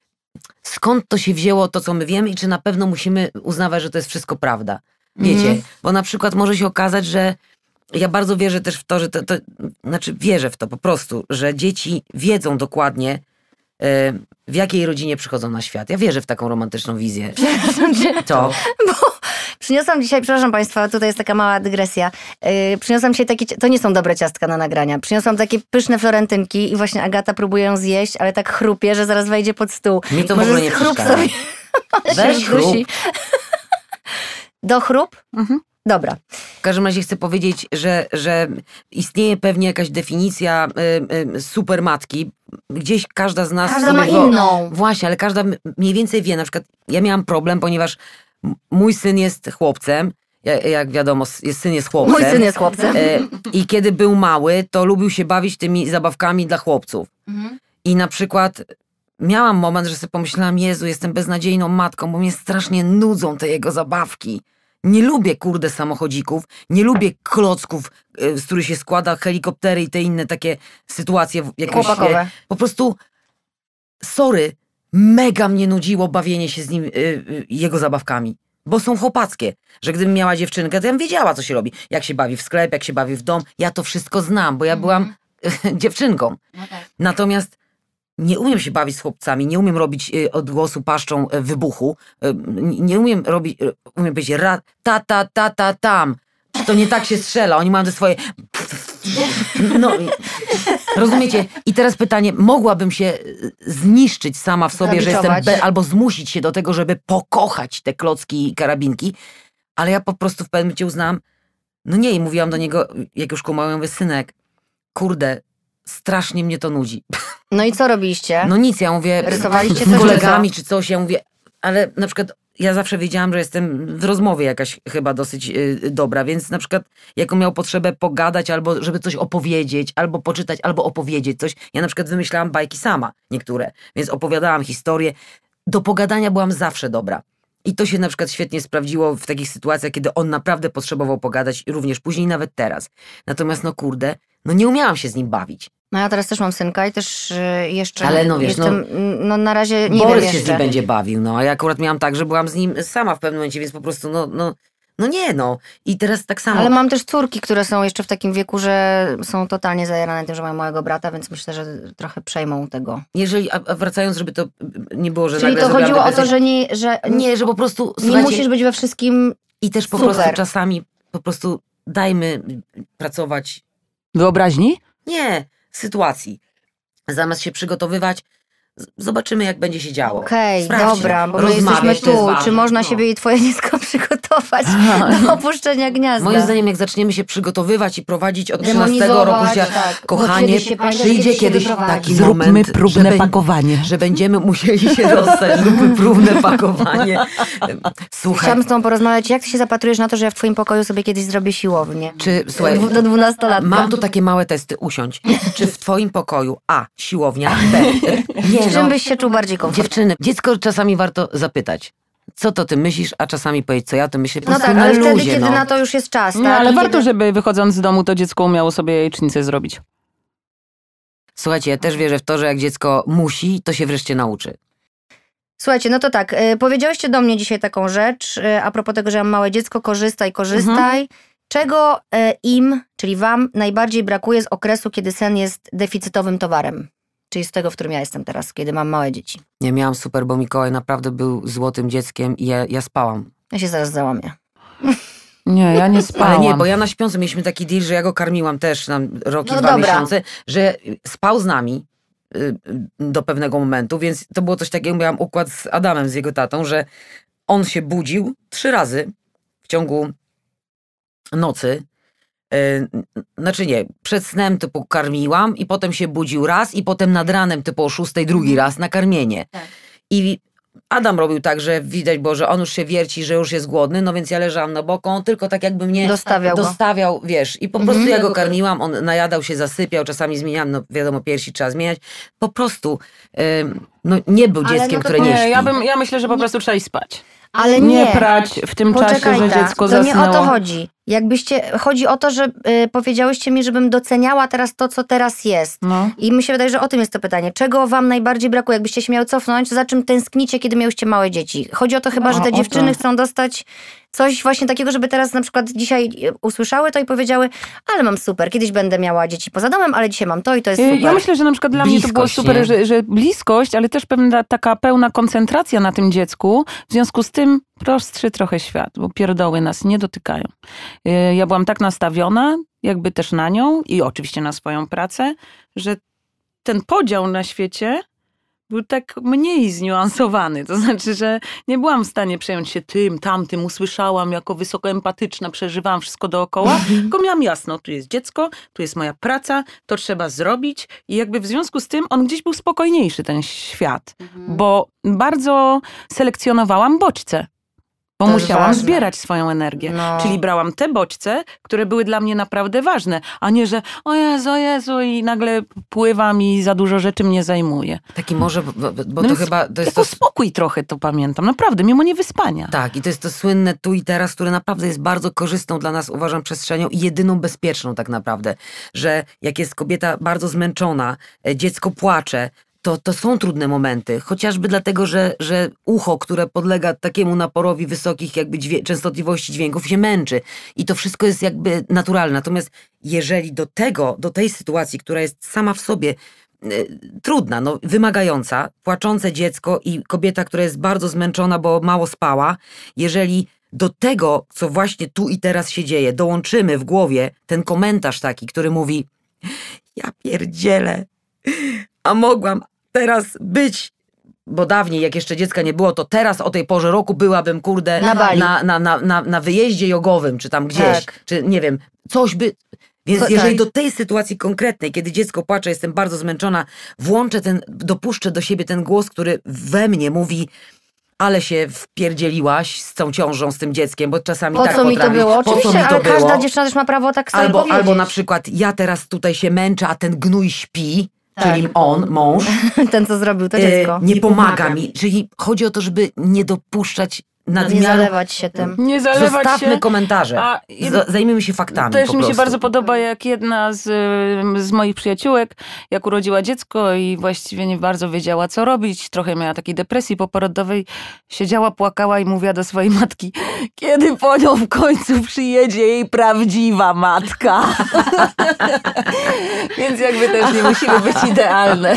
skąd to się wzięło, to co my wiemy, i czy na pewno musimy uznawać, że to jest wszystko prawda. Wiecie, Mhm. bo na przykład może się okazać, że ja bardzo wierzę też w to, że to, to znaczy wierzę w to po prostu, że dzieci wiedzą dokładnie, e, w jakiej rodzinie przychodzą na świat. Ja wierzę w taką romantyczną wizję. To. Bo przyniosłam dzisiaj, przepraszam Państwa, tutaj jest taka mała dygresja. Yy, przyniosłam dzisiaj takie, to nie są dobre ciastka na nagrania. Przyniosłam takie pyszne florentynki i właśnie Agata próbuje ją zjeść, ale tak chrupie, że zaraz wejdzie pod stół. Mi to w Może ogóle nie schrup przeszkadza. sobie. Weź się dusi. chrup. Do chrup? Mhm. Dobra. W każdym razie chcę powiedzieć, że, że istnieje pewnie jakaś definicja y, y, supermatki. Gdzieś każda z nas... Każda ma sobie wo- inną. Właśnie, ale każda m- mniej więcej wie. Na przykład ja miałam problem, ponieważ m- mój syn jest chłopcem. Ja, jak wiadomo, s- jest, syn jest chłopcem. Mój syn jest chłopcem. E, I kiedy był mały, to lubił się bawić tymi zabawkami dla chłopców. I na przykład miałam moment, że sobie pomyślałam, Jezu, jestem beznadziejną matką, bo mnie strasznie nudzą te jego zabawki. Nie lubię, kurde, samochodzików, nie lubię klocków, y, z których się składa helikoptery i te inne takie sytuacje w- jakoś... Chłopakowe. e, Po prostu, sorry, mega mnie nudziło bawienie się z nim, y, y, jego zabawkami. Bo są chłopackie, że gdybym miała dziewczynkę, to ja bym wiedziała, co się robi. Jak się bawi w sklep, jak się bawi w dom. Ja to wszystko znam, bo ja byłam dziewczynką. Natomiast nie umiem się bawić z chłopcami, nie umiem robić y, odgłosu paszczą y, wybuchu, y, nie nie umiem robić, y, umiem powiedzieć ra, ta, ta, ta, ta, tam. To nie tak się strzela, oni mają te swoje... No, rozumiecie? I teraz pytanie, mogłabym się y, zniszczyć sama w sobie, że jestem, Zabiczować. be, albo zmusić się do tego, żeby pokochać te klocki i karabinki, ale ja po prostu w pewnym momencie uznałam, no nie, i mówiłam do niego, jak już kumałem, mówię, synek, kurde, strasznie mnie to nudzi. No i co robiliście? No nic, ja mówię, Rysowaliście z coś, kolegami czy czy coś, ja mówię, ale na przykład ja zawsze wiedziałam, że jestem w rozmowie jakaś chyba dosyć y, dobra, więc na przykład jaką miał potrzebę pogadać, albo żeby coś opowiedzieć, albo poczytać, albo opowiedzieć coś. Ja na przykład wymyślałam bajki sama, niektóre, więc opowiadałam historie. Do pogadania byłam zawsze dobra. I to się na przykład świetnie sprawdziło w takich sytuacjach, kiedy on naprawdę potrzebował pogadać, również później, nawet teraz. Natomiast no kurde, no nie umiałam się z nim bawić. No ja teraz też mam synka i też y, jeszcze Ale no wiesz, jestem, no, na razie nie Borys wiem się jeszcze. z nim będzie bawił, no a ja akurat miałam tak, że byłam z nim sama w pewnym momencie, więc po prostu no, no, No nie, no. I teraz tak samo. Ale mam też córki, które są jeszcze w takim wieku, że są totalnie zajarane tym, że mają małego brata, więc myślę, że trochę przejmą tego. Jeżeli, a wracając, żeby to nie było, że Czyli nagle to chodziło o to, depresję. że nie, że Nie, że po prostu, nie musisz być we wszystkim. I też po super. prostu czasami po prostu dajmy pracować. Wyobraźni? Nie, sytuacji. Zamiast się przygotowywać, z- zobaczymy, jak będzie się działo. Okej, Sprawdźcie. dobra, bo my Rozmawiać, jesteśmy to jest tu. ważne. Czy można No. siebie i twoje dziecko przygotować do opuszczenia gniazda? Moim zdaniem, jak zaczniemy się przygotowywać i prowadzić od trzynastego Demonizować, roku życia, tak. Bo kochanie, kiedyś się- pamiętasz, przyjdzie kiedyś się kiedyś wyprowadzi. taki Zróbmy moment, próbne że, bę- pakowanie. że będziemy musieli się rozstać. Zróbmy próbne pakowanie. Słuchaj, Chciałam z tobą porozmawiać, jak ty się zapatrujesz na to, że ja w twoim pokoju sobie kiedyś zrobię siłownię? czy, słuchaj, Do dwunastolatka. mam tu takie małe testy, usiądź. Czy w twoim pokoju A, siłownia, B, nie Z czym no, byś się czuł bardziej komfortowo? dziewczyny, dziecko czasami warto zapytać, co to ty myślisz, a czasami powiedzieć, co ja to myślę, po No prostu tak, na ale luzie, wtedy, kiedy no. na to już jest czas, No, tak? ale I warto, kiedy... żeby wychodząc z domu to dziecko umiało sobie jajecznicę zrobić. Słuchajcie, ja też wierzę w to, że jak dziecko musi, to się wreszcie nauczy. Słuchajcie, no to tak, y, powiedziałyście do mnie dzisiaj taką rzecz, y, a propos tego, że mam małe dziecko, korzystaj, korzystaj. Mhm. Czego y, im, czyli wam, najbardziej brakuje z okresu, kiedy sen jest deficytowym towarem? Czyli z tego, w którym ja jestem teraz, kiedy mam małe dzieci. Nie miałam super, bo Mikołaj naprawdę był złotym dzieckiem i ja, ja spałam. Ja się zaraz załamię. Nie, ja nie spałam. Ale nie, bo ja na śpiący mieliśmy taki deal, że ja go karmiłam też tam rok i No dwa dobra. miesiące, że spał z nami y, y, do pewnego momentu, więc to było coś takiego, miałam układ z Adamem, z jego tatą, że on się budził trzy razy w ciągu nocy. Y, Znaczy nie, przed snem typu karmiłam i potem się budził raz i potem nad ranem typu o szóstej drugi raz na karmienie. Tak. I Adam robił tak, że widać było, że on już się wierci, że już jest głodny, no więc ja leżałam na boku, on tylko tak jakby mnie Dostawiał go. dostawiał, wiesz, i po Mhm. prostu ja go karmiłam, on najadał się, zasypiał, czasami zmieniałam, no wiadomo, piersi trzeba zmieniać. Po prostu ym, no, nie był Ale dzieckiem, no to które nie Nie, śpi. ja, bym, ja myślę, że po prostu trzeba iść spać. Ale Nie nie. prać w tym czasie, Poczekaj, że ta, dziecko to zasnęło. nie o to chodzi. Jakbyście, chodzi o to, że y, powiedziałyście mi, żebym doceniała teraz to, co teraz jest. No. I mi się wydaje, że o tym jest to pytanie. Czego wam najbardziej brakuje? Jakbyście się miały cofnąć, to za czym tęsknicie, kiedy miałyście małe dzieci? Chodzi o to chyba, że A, te o dziewczyny to. chcą dostać coś właśnie takiego, żeby teraz na przykład dzisiaj usłyszały to i powiedziały, ale mam super, kiedyś będę miała dzieci poza domem, ale dzisiaj mam to i to jest Y, super. Ja myślę, że na przykład dla mnie to było Bliskość, super, nie? że, że bliskość, ale też pewna taka pełna koncentracja na tym dziecku. W związku z tym prostszy trochę świat, bo pierdoły nas nie dotykają. Y, Ja byłam tak nastawiona, jakby też na nią i oczywiście na swoją pracę, że ten podział na świecie był tak mniej zniuansowany. To znaczy, że nie byłam w stanie przejąć się tym, tamtym, usłyszałam jako wysoko empatyczna, przeżywałam wszystko dookoła, tylko miałam jasno, tu jest dziecko, tu jest moja praca, to trzeba zrobić i jakby w związku z tym on gdzieś był spokojniejszy, ten świat, bo bardzo selekcjonowałam bodźce. Bo To jest musiałam ważne. zbierać swoją energię. No. Czyli brałam te bodźce, które były dla mnie naprawdę ważne, a nie, że o Jezu, o Jezu i nagle pływam i za dużo rzeczy mnie zajmuje. Taki może, bo, bo No to więc chyba, to jest jako to... spokój trochę to pamiętam, naprawdę, mimo niewyspania. Tak, i to jest to słynne tu i teraz, które naprawdę jest bardzo korzystną dla nas, uważam, przestrzenią i jedyną bezpieczną tak naprawdę, że jak jest kobieta bardzo zmęczona, e, dziecko płacze, to, to są trudne momenty, chociażby dlatego, że, że ucho, które podlega takiemu naporowi wysokich jakby dźwię- częstotliwości dźwięków się męczy i to wszystko jest jakby naturalne. Natomiast jeżeli do tego, do tej sytuacji, która jest sama w sobie y, trudna, no, wymagająca, płaczące dziecko i kobieta, która jest bardzo zmęczona, bo mało spała, jeżeli do tego, co właśnie tu i teraz się dzieje, dołączymy w głowie ten komentarz taki, który mówi: ja pierdzielę, a mogłam teraz być, bo dawniej, jak jeszcze dziecka nie było, to teraz o tej porze roku byłabym, kurde, Na Bali. na, na, na, na, na wyjeździe jogowym, czy tam gdzieś, Tak. czy nie wiem, coś by... Więc To- jeżeli tak. do tej sytuacji konkretnej, kiedy dziecko płacze, jestem bardzo zmęczona, włączę ten, dopuszczę do siebie ten głos, który we mnie mówi: ale się wpierdzieliłaś z tą ciążą, z tym dzieckiem, bo czasami Po tak co mi to potrafi. było? Po co Oczywiście, mi to ale było? każda dziewczyna też ma prawo tak sobie Albo, powiedzieć. albo na przykład ja teraz tutaj się męczę, a ten gnój śpi, Tak. czyli on, mąż, Ten, co zrobił to e, dziecko. nie pomaga mi. Czyli chodzi o to, żeby nie dopuszczać nadmiaru... Nie zalewać się tym. Nie zalewać Zostawmy się. komentarze. A, Z, zajmijmy się faktami Też po mi się prostu. bardzo podoba, jak jedna z, z moich przyjaciółek, jak urodziła dziecko i właściwie nie bardzo wiedziała, co robić, trochę miała takiej depresji poporodowej, siedziała, płakała i mówiła do swojej matki, kiedy po nią w końcu przyjedzie jej prawdziwa matka. Więc jakby też nie musimy być idealne.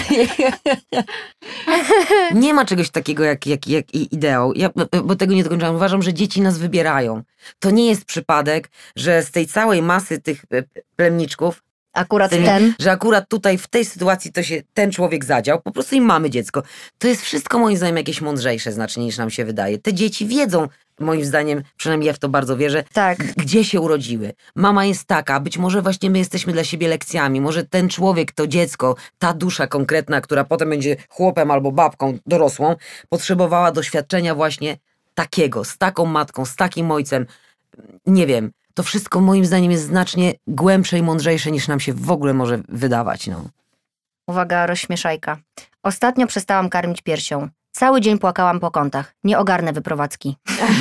Nie ma czegoś takiego jak, jak, jak ideał. Ja, bo tego nie dokończyłam. Uważam, że dzieci nas wybierają. To nie jest przypadek, że z tej całej masy tych plemniczków, Akurat tymi, ten. że akurat tutaj w tej sytuacji to się ten człowiek zadział, po prostu im mamy dziecko. To jest wszystko moim zdaniem jakieś mądrzejsze znacznie niż nam się wydaje. Te dzieci wiedzą, moim zdaniem, przynajmniej ja w to bardzo wierzę, Tak. gdzie się urodziły. Mama jest taka, być może właśnie my jesteśmy dla siebie lekcjami, może ten człowiek, to dziecko, ta dusza konkretna, która potem będzie chłopem albo babką dorosłą, potrzebowała doświadczenia właśnie takiego, z taką matką, z takim ojcem. Nie wiem, to wszystko moim zdaniem jest znacznie głębsze i mądrzejsze niż nam się w ogóle może wydawać. No. Uwaga, rozśmieszajka. Ostatnio przestałam karmić piersią. Cały dzień płakałam po kątach. Nie ogarnę wyprowadzki.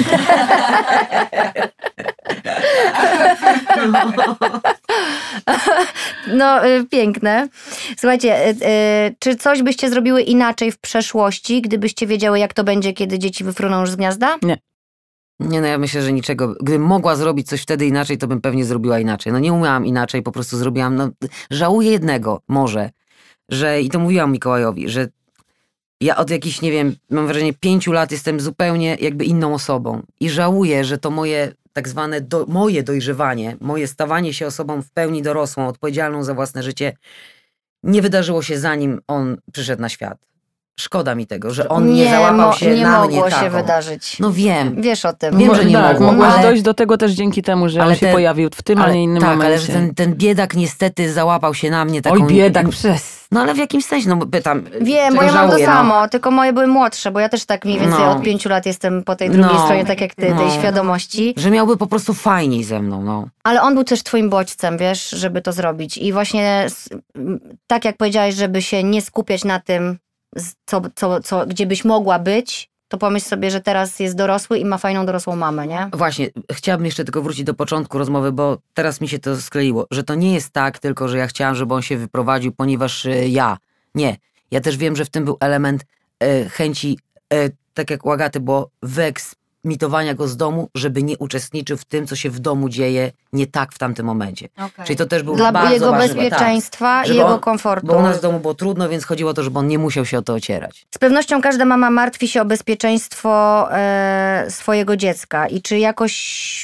No, y, piękne. Słuchajcie, y, y, czy coś byście zrobiły inaczej w przeszłości, gdybyście wiedziały, jak to będzie, kiedy dzieci wyfruną już z gniazda? Nie. Nie, no ja myślę, że niczego. Gdybym mogła zrobić coś wtedy inaczej, to bym pewnie zrobiła inaczej. No nie umiałam inaczej, po prostu zrobiłam. No, żałuję jednego, może, że, i to mówiłam Mikołajowi, że ja od jakichś, nie wiem, mam wrażenie, pięciu lat jestem zupełnie jakby inną osobą. I żałuję, że to moje tak zwane do, moje dojrzewanie, moje stawanie się osobą w pełni dorosłą, odpowiedzialną za własne życie, nie wydarzyło się zanim on przyszedł na świat. Szkoda mi tego, że on nie, nie załapał mo- się nie na mnie mogło taką. się wydarzyć. No wiem. Wiesz o tym. Wiem, że nie tak, mogło, mogłaś ale- dojść do tego też dzięki temu, że ale on się ten- pojawił w tym, a ale, nie innym tak, momencie. ale że ten, ten biedak niestety załapał się na mnie taką... Oj, biedak, przez. No ale w jakimś sensie, no bo pytam... Wiem, bo czego ja mam to żałuję, no. samo, tylko moje były młodsze, bo ja też tak mniej więcej No. od pięciu lat jestem po tej drugiej No. stronie, tak jak ty, tej No. świadomości. Że miałby po prostu fajniej ze mną, no. Ale on był też twoim bodźcem, wiesz, żeby to zrobić. I właśnie s- m, tak jak powiedziałaś, żeby się nie skupiać na tym, z- co, co, co, gdzie byś mogła być, to pomyśl sobie, że teraz jest dorosły i ma fajną dorosłą mamę, nie? Właśnie, chciałabym jeszcze tylko wrócić do początku rozmowy, bo teraz mi się to skleiło, że to nie jest tak tylko, że ja chciałam, żeby on się wyprowadził, ponieważ y, ja. Nie. Ja też wiem, że w tym był element y, chęci, y, tak jak u Agaty, było wyeksmitowania go z domu, żeby nie uczestniczył w tym, co się w domu dzieje nie tak w tamtym momencie. Okay. Czyli to też był Dla bardzo jego ważny, bezpieczeństwa tak, i żeby jego on- komfortu. Bo u nas w domu było trudno, więc chodziło o to, żeby on nie musiał się o to ocierać. Z pewnością każda mama martwi się o bezpieczeństwo e, swojego dziecka. I czy jakoś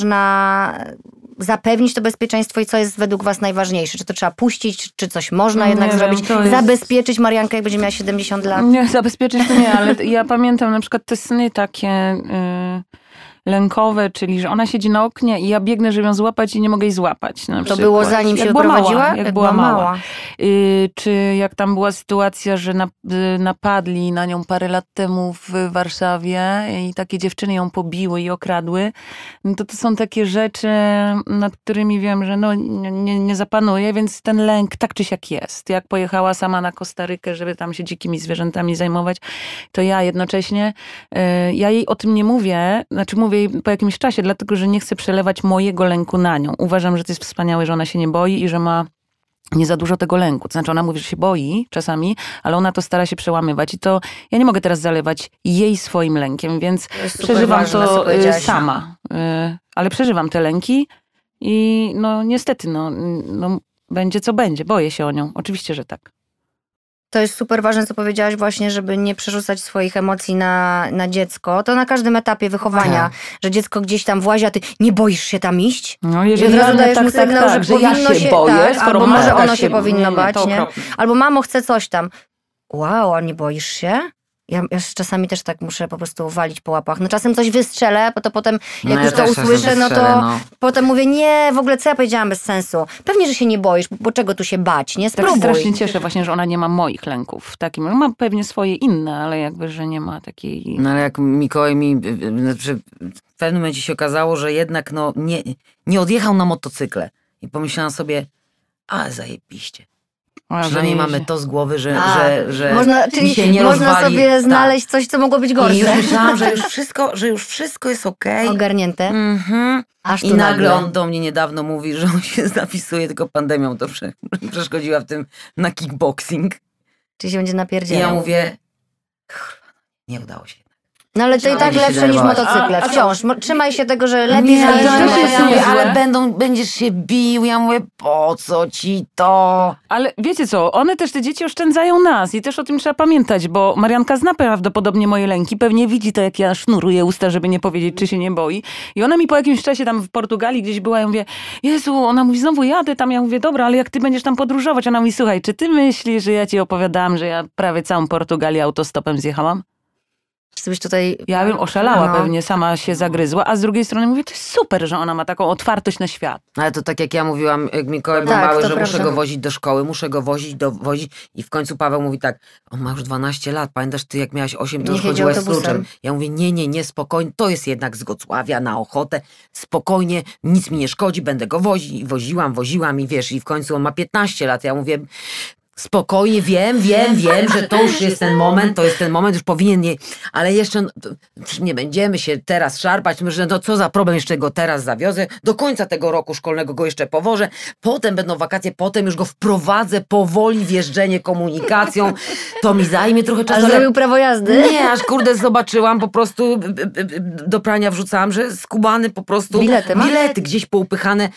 można zapewnić to bezpieczeństwo i co jest według was najważniejsze? Czy to trzeba puścić, czy coś można Nie jednak wiem, zrobić? to jest- Zabezpieczyć Mariankę, jak będzie miała siedemdziesiąt lat? Nie, zabezpieczyć to nie, ale ja pamiętam na przykład te sny takie y, lękowe, czyli że ona siedzi na oknie i ja biegnę, żeby ją złapać i nie mogę jej złapać. Na To przykład. było zanim się jak była wyprowadziła? mała, jak, Jak była była mała. mała. Y, czy jak tam była sytuacja, że nap, y, napadli na nią parę lat temu w Warszawie i takie dziewczyny ją pobiły i okradły, no to to są takie rzeczy, nad którymi wiem, że no, nie, nie, nie zapanuję, więc ten lęk tak czy siak jest. Jak pojechała sama na Kostarykę, żeby tam się dzikimi zwierzętami zajmować, to ja jednocześnie, y, ja jej o tym nie mówię, znaczy mówię jej po jakimś czasie, dlatego, że nie chcę przelewać mojego lęku na nią. Uważam, że to jest wspaniałe, że ona się nie boi i że ma nie za dużo tego lęku. To znaczy ona mówi, że się boi czasami, ale ona to stara się przełamywać i to ja nie mogę teraz zalewać jej swoim lękiem, więc To jest super przeżywam ważne, co to y, powiedziałaś. sama. Y, Ale przeżywam te lęki i no niestety, no, no będzie co będzie. Boję się o nią. Oczywiście, że tak. To jest super ważne, co powiedziałaś właśnie, żeby nie przerzucać swoich emocji na, na dziecko. To na każdym etapie wychowania, Tak. że dziecko gdzieś tam włazi, a ty nie boisz się tam iść? No I jeżeli od razu ale dajesz tak, mu tak, sygnał, tak, że że ja powinno się się, boję, tak, skoro albo matka może ono się się powinno nie, bać, to nie? okropne. Albo mamo chce coś tam. Wow, a nie boisz się? Ja, ja czasami też tak muszę po prostu walić po łapach. No czasem coś wystrzelę, bo to potem, jak No ja już to też czasem usłyszę, no to wystrzelę, no. potem mówię, nie, w ogóle co ja powiedziałam bez sensu. Pewnie, że się nie boisz, bo czego tu się bać, nie? Tak Spróbuj. strasznie cieszę właśnie, że ona nie ma moich lęków w takim. Ma pewnie swoje inne, ale jakby, że nie ma takiej... No ale jak Mikołaj mi, znaczy w pewnym momencie się okazało, że jednak no nie, nie odjechał na motocykle. I pomyślałam sobie, a zajebiście. Przynajmniej mamy to z głowy, że, A, że, że można, czyli się nie można rozwali. sobie znaleźć tak. coś, co mogło być gorsze. I już myślałam, że już wszystko, że już wszystko jest okej. Ogarnięte. Mhm. Aż I tu nagle nagle on do mnie niedawno mówi, że on się zapisuje, tylko pandemią to prze, przeszkodziła w tym na kickboxing. Czyli się będzie I napierdzielał. ja mówię, kurwa, nie udało się. No ale to i tak Będzie się lepsze niż zajmować. motocykle. A- a- Wciąż. Mo- Trzymaj się tego, że lepiej Nie, ale, zaliczymy. to też jest ja mówię, niezłe. ale będą, będziesz się bił. Ja mówię, po co ci to? Ale wiecie co, one też, te dzieci oszczędzają nas i też o tym trzeba pamiętać, bo Marianka zna prawdopodobnie moje lęki, pewnie widzi to, jak ja sznuruję usta, żeby nie powiedzieć, czy się nie boi. I ona mi po jakimś czasie tam w Portugalii gdzieś była, ja mówię, Jezu, ona mówi, znowu jadę tam, ja mówię, dobra, ale jak ty będziesz tam podróżować? Ona mówi, słuchaj, czy ty myślisz, że ja ci opowiadałam, że ja prawie całą Portugalię autostopem zjechałam? Żebyś tutaj... Ja bym oszalała, No. pewnie sama się zagryzła, a z drugiej strony mówię, to jest super, że ona ma taką otwartość na świat. Ale to tak jak ja mówiłam, jak Mikołaj był Tak, mały, to że prawda. muszę go wozić do szkoły, muszę go wozić, dowozić i w końcu Paweł mówi tak, on ma już dwanaście lat, pamiętasz ty jak miałaś osiem, to Niech już jedzie chodziłaś z autobusem. kluczem. Ja mówię, nie, nie, nie, spokojnie, to jest jednak z Gocławia na Ochotę, spokojnie, nic mi nie szkodzi, będę go wozić. I woziłam, woziłam i wiesz, i w końcu on ma piętnaście lat, ja mówię... Spokojnie, wiem, wiem, wiem, że to już jest ten moment, to jest ten moment, już powinien nie, ale jeszcze no, to, nie będziemy się teraz szarpać, że no co za problem, jeszcze go teraz zawiozę, do końca tego roku szkolnego go jeszcze powożę, potem będą wakacje, potem już go wprowadzę powoli w jeżdżenie komunikacją, to mi zajmie trochę A czasu. ale- zrobił prawo jazdy? Nie, aż kurde zobaczyłam, po prostu b- b- b- do prania wrzucałam, że skubany po prostu Bilety ma? bilety gdzieś poupychane.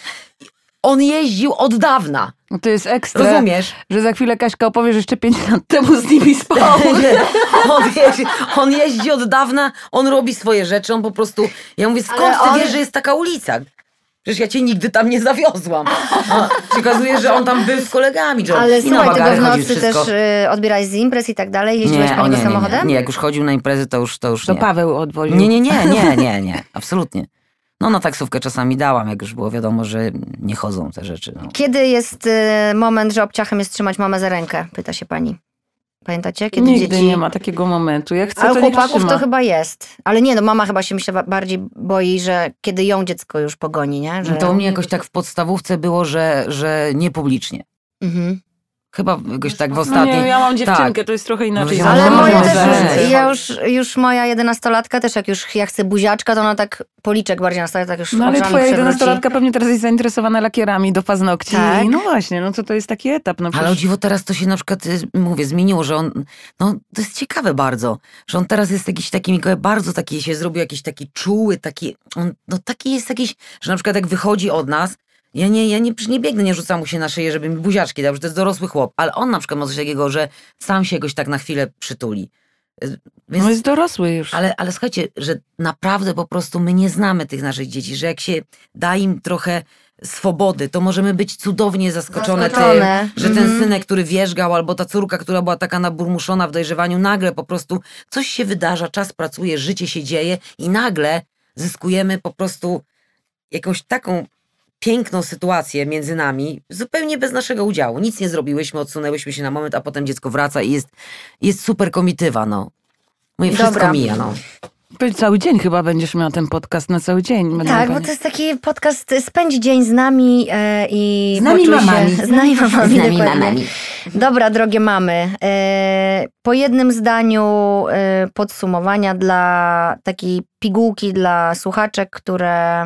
On jeździł od dawna, No to jest ekstra, rozumiesz? że za chwilę Kaśka opowie, że jeszcze pięć lat temu z nimi spał. Nie, on, jeździ, on jeździ od dawna, on robi swoje rzeczy, on po prostu... Ja mówię, skąd Ale ty on- wiesz, że jest taka ulica? Przecież ja cię nigdy tam nie zawiozłam. A się okazuje, że on tam był z kolegami, że on Ale i na słuchaj, tego wagary w chodził, nocy wszystko. też y, odbierałeś z imprez i tak dalej? Jeździłeś po o niego nie, nie, samochodem? nie, nie, jak już chodził na imprezy, to już, to już To nie. Paweł odwoził. Nie, nie, nie, nie, nie, nie, absolutnie. No na taksówkę czasami dałam, jak już było wiadomo, że nie chodzą te rzeczy. No. Kiedy jest y, moment, że obciachem jest trzymać mamę za rękę? Pyta się pani. Pamiętacie? Kiedy Nigdy dzieci... nie ma takiego momentu. Jak chcę, Ale to niech chłopaków trzyma. to chyba jest. Ale nie, no mama chyba się myślę bardziej boi, że kiedy ją dziecko już pogoni, nie? Że... To u mnie jakoś tak w podstawówce było, że, że niepublicznie. Mhm. Chyba jakoś tak w No ostatniej... nie, ja mam dziewczynkę, tak. to jest trochę inaczej. się Ale No, moja może też, być. ja już, już moja jedenastolatka też, jak już ja chcę buziaczka, to ona tak policzek bardziej nastawia, tak już No ale oczami twoja przewróci. jedenastolatka pewnie teraz jest zainteresowana lakierami do paznokci. Tak. No właśnie, no to to jest taki etap. No Ale o przecież... dziwo teraz to się na przykład, y, mówię, zmieniło, że on, no to jest ciekawe bardzo, że on teraz jest jakiś taki, Mikołaj, bardzo taki się zrobił, jakiś taki czuły, taki, on, no taki jest jakiś, że na przykład jak wychodzi od nas, ja nie, ja nie, nie biegnę, nie rzucam mu się na szyję, żeby mi buziaczki dał, że to jest dorosły chłop, ale on na przykład ma coś takiego, że sam się jakoś tak na chwilę przytuli. Y, Więc, No jest dorosły już. ale, ale słuchajcie, że naprawdę po prostu my nie znamy tych naszych dzieci, że jak się da im trochę swobody, to możemy być cudownie zaskoczone, Zaskoczone. tym, że ten Mhm. synek, który wierzgał, albo ta córka, która była taka naburmuszona w dojrzewaniu, nagle po prostu coś się wydarza, czas pracuje, życie się dzieje i nagle zyskujemy po prostu jakąś taką piękną sytuację między nami, zupełnie bez naszego udziału. Nic nie zrobiłyśmy, odsunęłyśmy się na moment, a potem dziecko wraca i jest, jest super komitywa, no. Mówię, wszystko Dobra. mija, no. Cały dzień chyba będziesz miała ten podcast na cały dzień. Będą Tak, bo panie- to jest taki podcast Spędź dzień z nami e, i Z nami poczuj mamami. Się, z nami mamami. Z nami dokładnie. mamami. Dobra, drogie mamy. E, po jednym zdaniu e, podsumowania dla takiej pigułki dla słuchaczek, które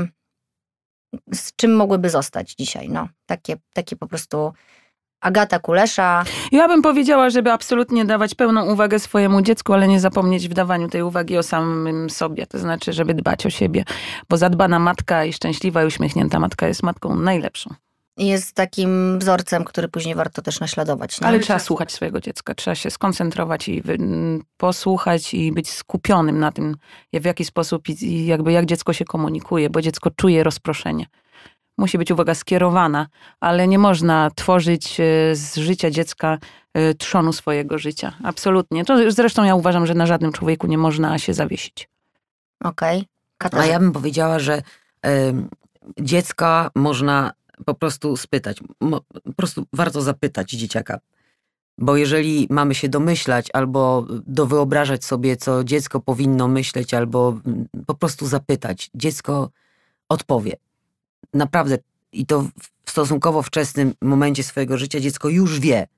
z czym mogłyby zostać dzisiaj. No, takie, takie po prostu Agata Kulesza. Ja bym powiedziała, żeby absolutnie dawać pełną uwagę swojemu dziecku, ale nie zapomnieć w dawaniu tej uwagi o samym sobie. To znaczy, żeby dbać o siebie. Bo zadbana matka i szczęśliwa i uśmiechnięta matka jest matką najlepszą. Jest takim wzorcem, który później warto też naśladować. Nie? Ale trzeba słuchać swojego dziecka. Trzeba się skoncentrować i wy, m, posłuchać i być skupionym na tym, w jaki sposób i- i jakby jak dziecko się komunikuje, bo dziecko czuje rozproszenie. Musi być uwaga skierowana, ale nie można tworzyć e, z życia dziecka e, trzonu swojego życia. Absolutnie. To zresztą ja uważam, że na żadnym człowieku nie można się zawiesić. Okej. A Okay. ja bym powiedziała, że em, dziecka można po prostu spytać. Mo, po prostu warto zapytać dzieciaka. Bo jeżeli mamy się domyślać albo dowyobrażać sobie, co dziecko powinno myśleć, albo mm, po prostu zapytać, dziecko odpowie. Naprawdę, i to w stosunkowo wczesnym momencie swojego życia dziecko już wie,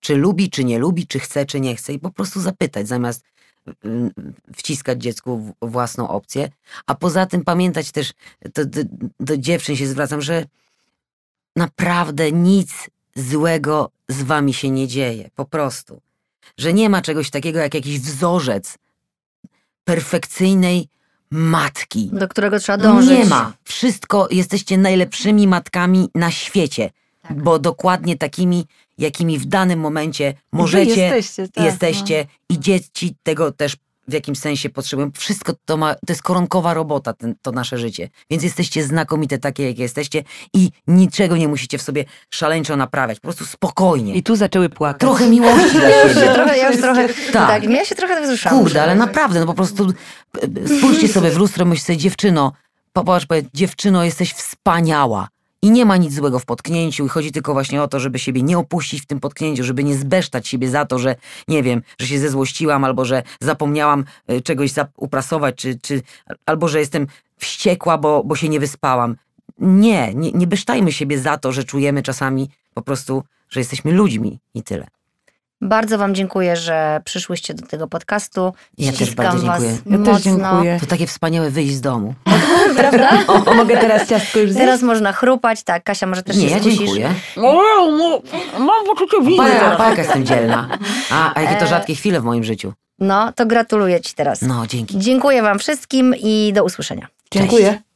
czy lubi, czy nie lubi, czy chce, czy nie chce i po prostu zapytać, zamiast wciskać dziecku własną opcję. A poza tym pamiętać też, to, do, do dziewczyn się zwracam, że naprawdę nic złego z wami się nie dzieje. Po prostu. Że nie ma czegoś takiego jak jakiś wzorzec perfekcyjnej matki. Do którego trzeba dążyć. Nie ma. Wszystko, jesteście najlepszymi matkami na świecie. Tak. Bo dokładnie takimi, jakimi w danym momencie możecie, jesteście, tak, jesteście no. I dzieci tego też w jakimś sensie potrzebują. Wszystko to ma, to jest koronkowa robota, ten, to nasze życie. Więc jesteście znakomite takie, jakie jesteście i niczego nie musicie w sobie szaleńczo naprawiać. Po prostu spokojnie. I tu zaczęły płakać. Trochę miłości dla siebie. Trochę, ja już trochę, tak. tak, ja się trochę wzruszałam. Kurde, ale naprawdę, no po prostu spójrzcie sobie w lustro, myślcie sobie, dziewczyno, popatrz, powiedz, dziewczyno, jesteś wspaniała. I nie ma nic złego w potknięciu i chodzi tylko właśnie o to, żeby siebie nie opuścić w tym potknięciu, żeby nie zbesztać siebie za to, że nie wiem, że się zezłościłam albo że zapomniałam czegoś uprasować, czy, czy, albo że jestem wściekła, bo, bo się nie wyspałam. Nie, nie, nie besztajmy siebie za to, że czujemy czasami po prostu, że jesteśmy ludźmi i tyle. Bardzo wam dziękuję, że przyszłyście do tego podcastu. Ja też bardzo dziękuję. Ja mocno. też dziękuję. To takie wspaniałe wyjść z domu. Prawda? O, mogę teraz ciastko już zjeść? Teraz można chrupać, tak, Kasia, może też Nie, się ja skusisz. dziękuję. Mam poczucie winy Pa, teraz. pa, jaka jestem dzielna. A, a jakie to rzadkie chwile w moim życiu. No, to gratuluję ci teraz. No, dzięki. Dziękuję wam wszystkim i do usłyszenia. Dziękuję.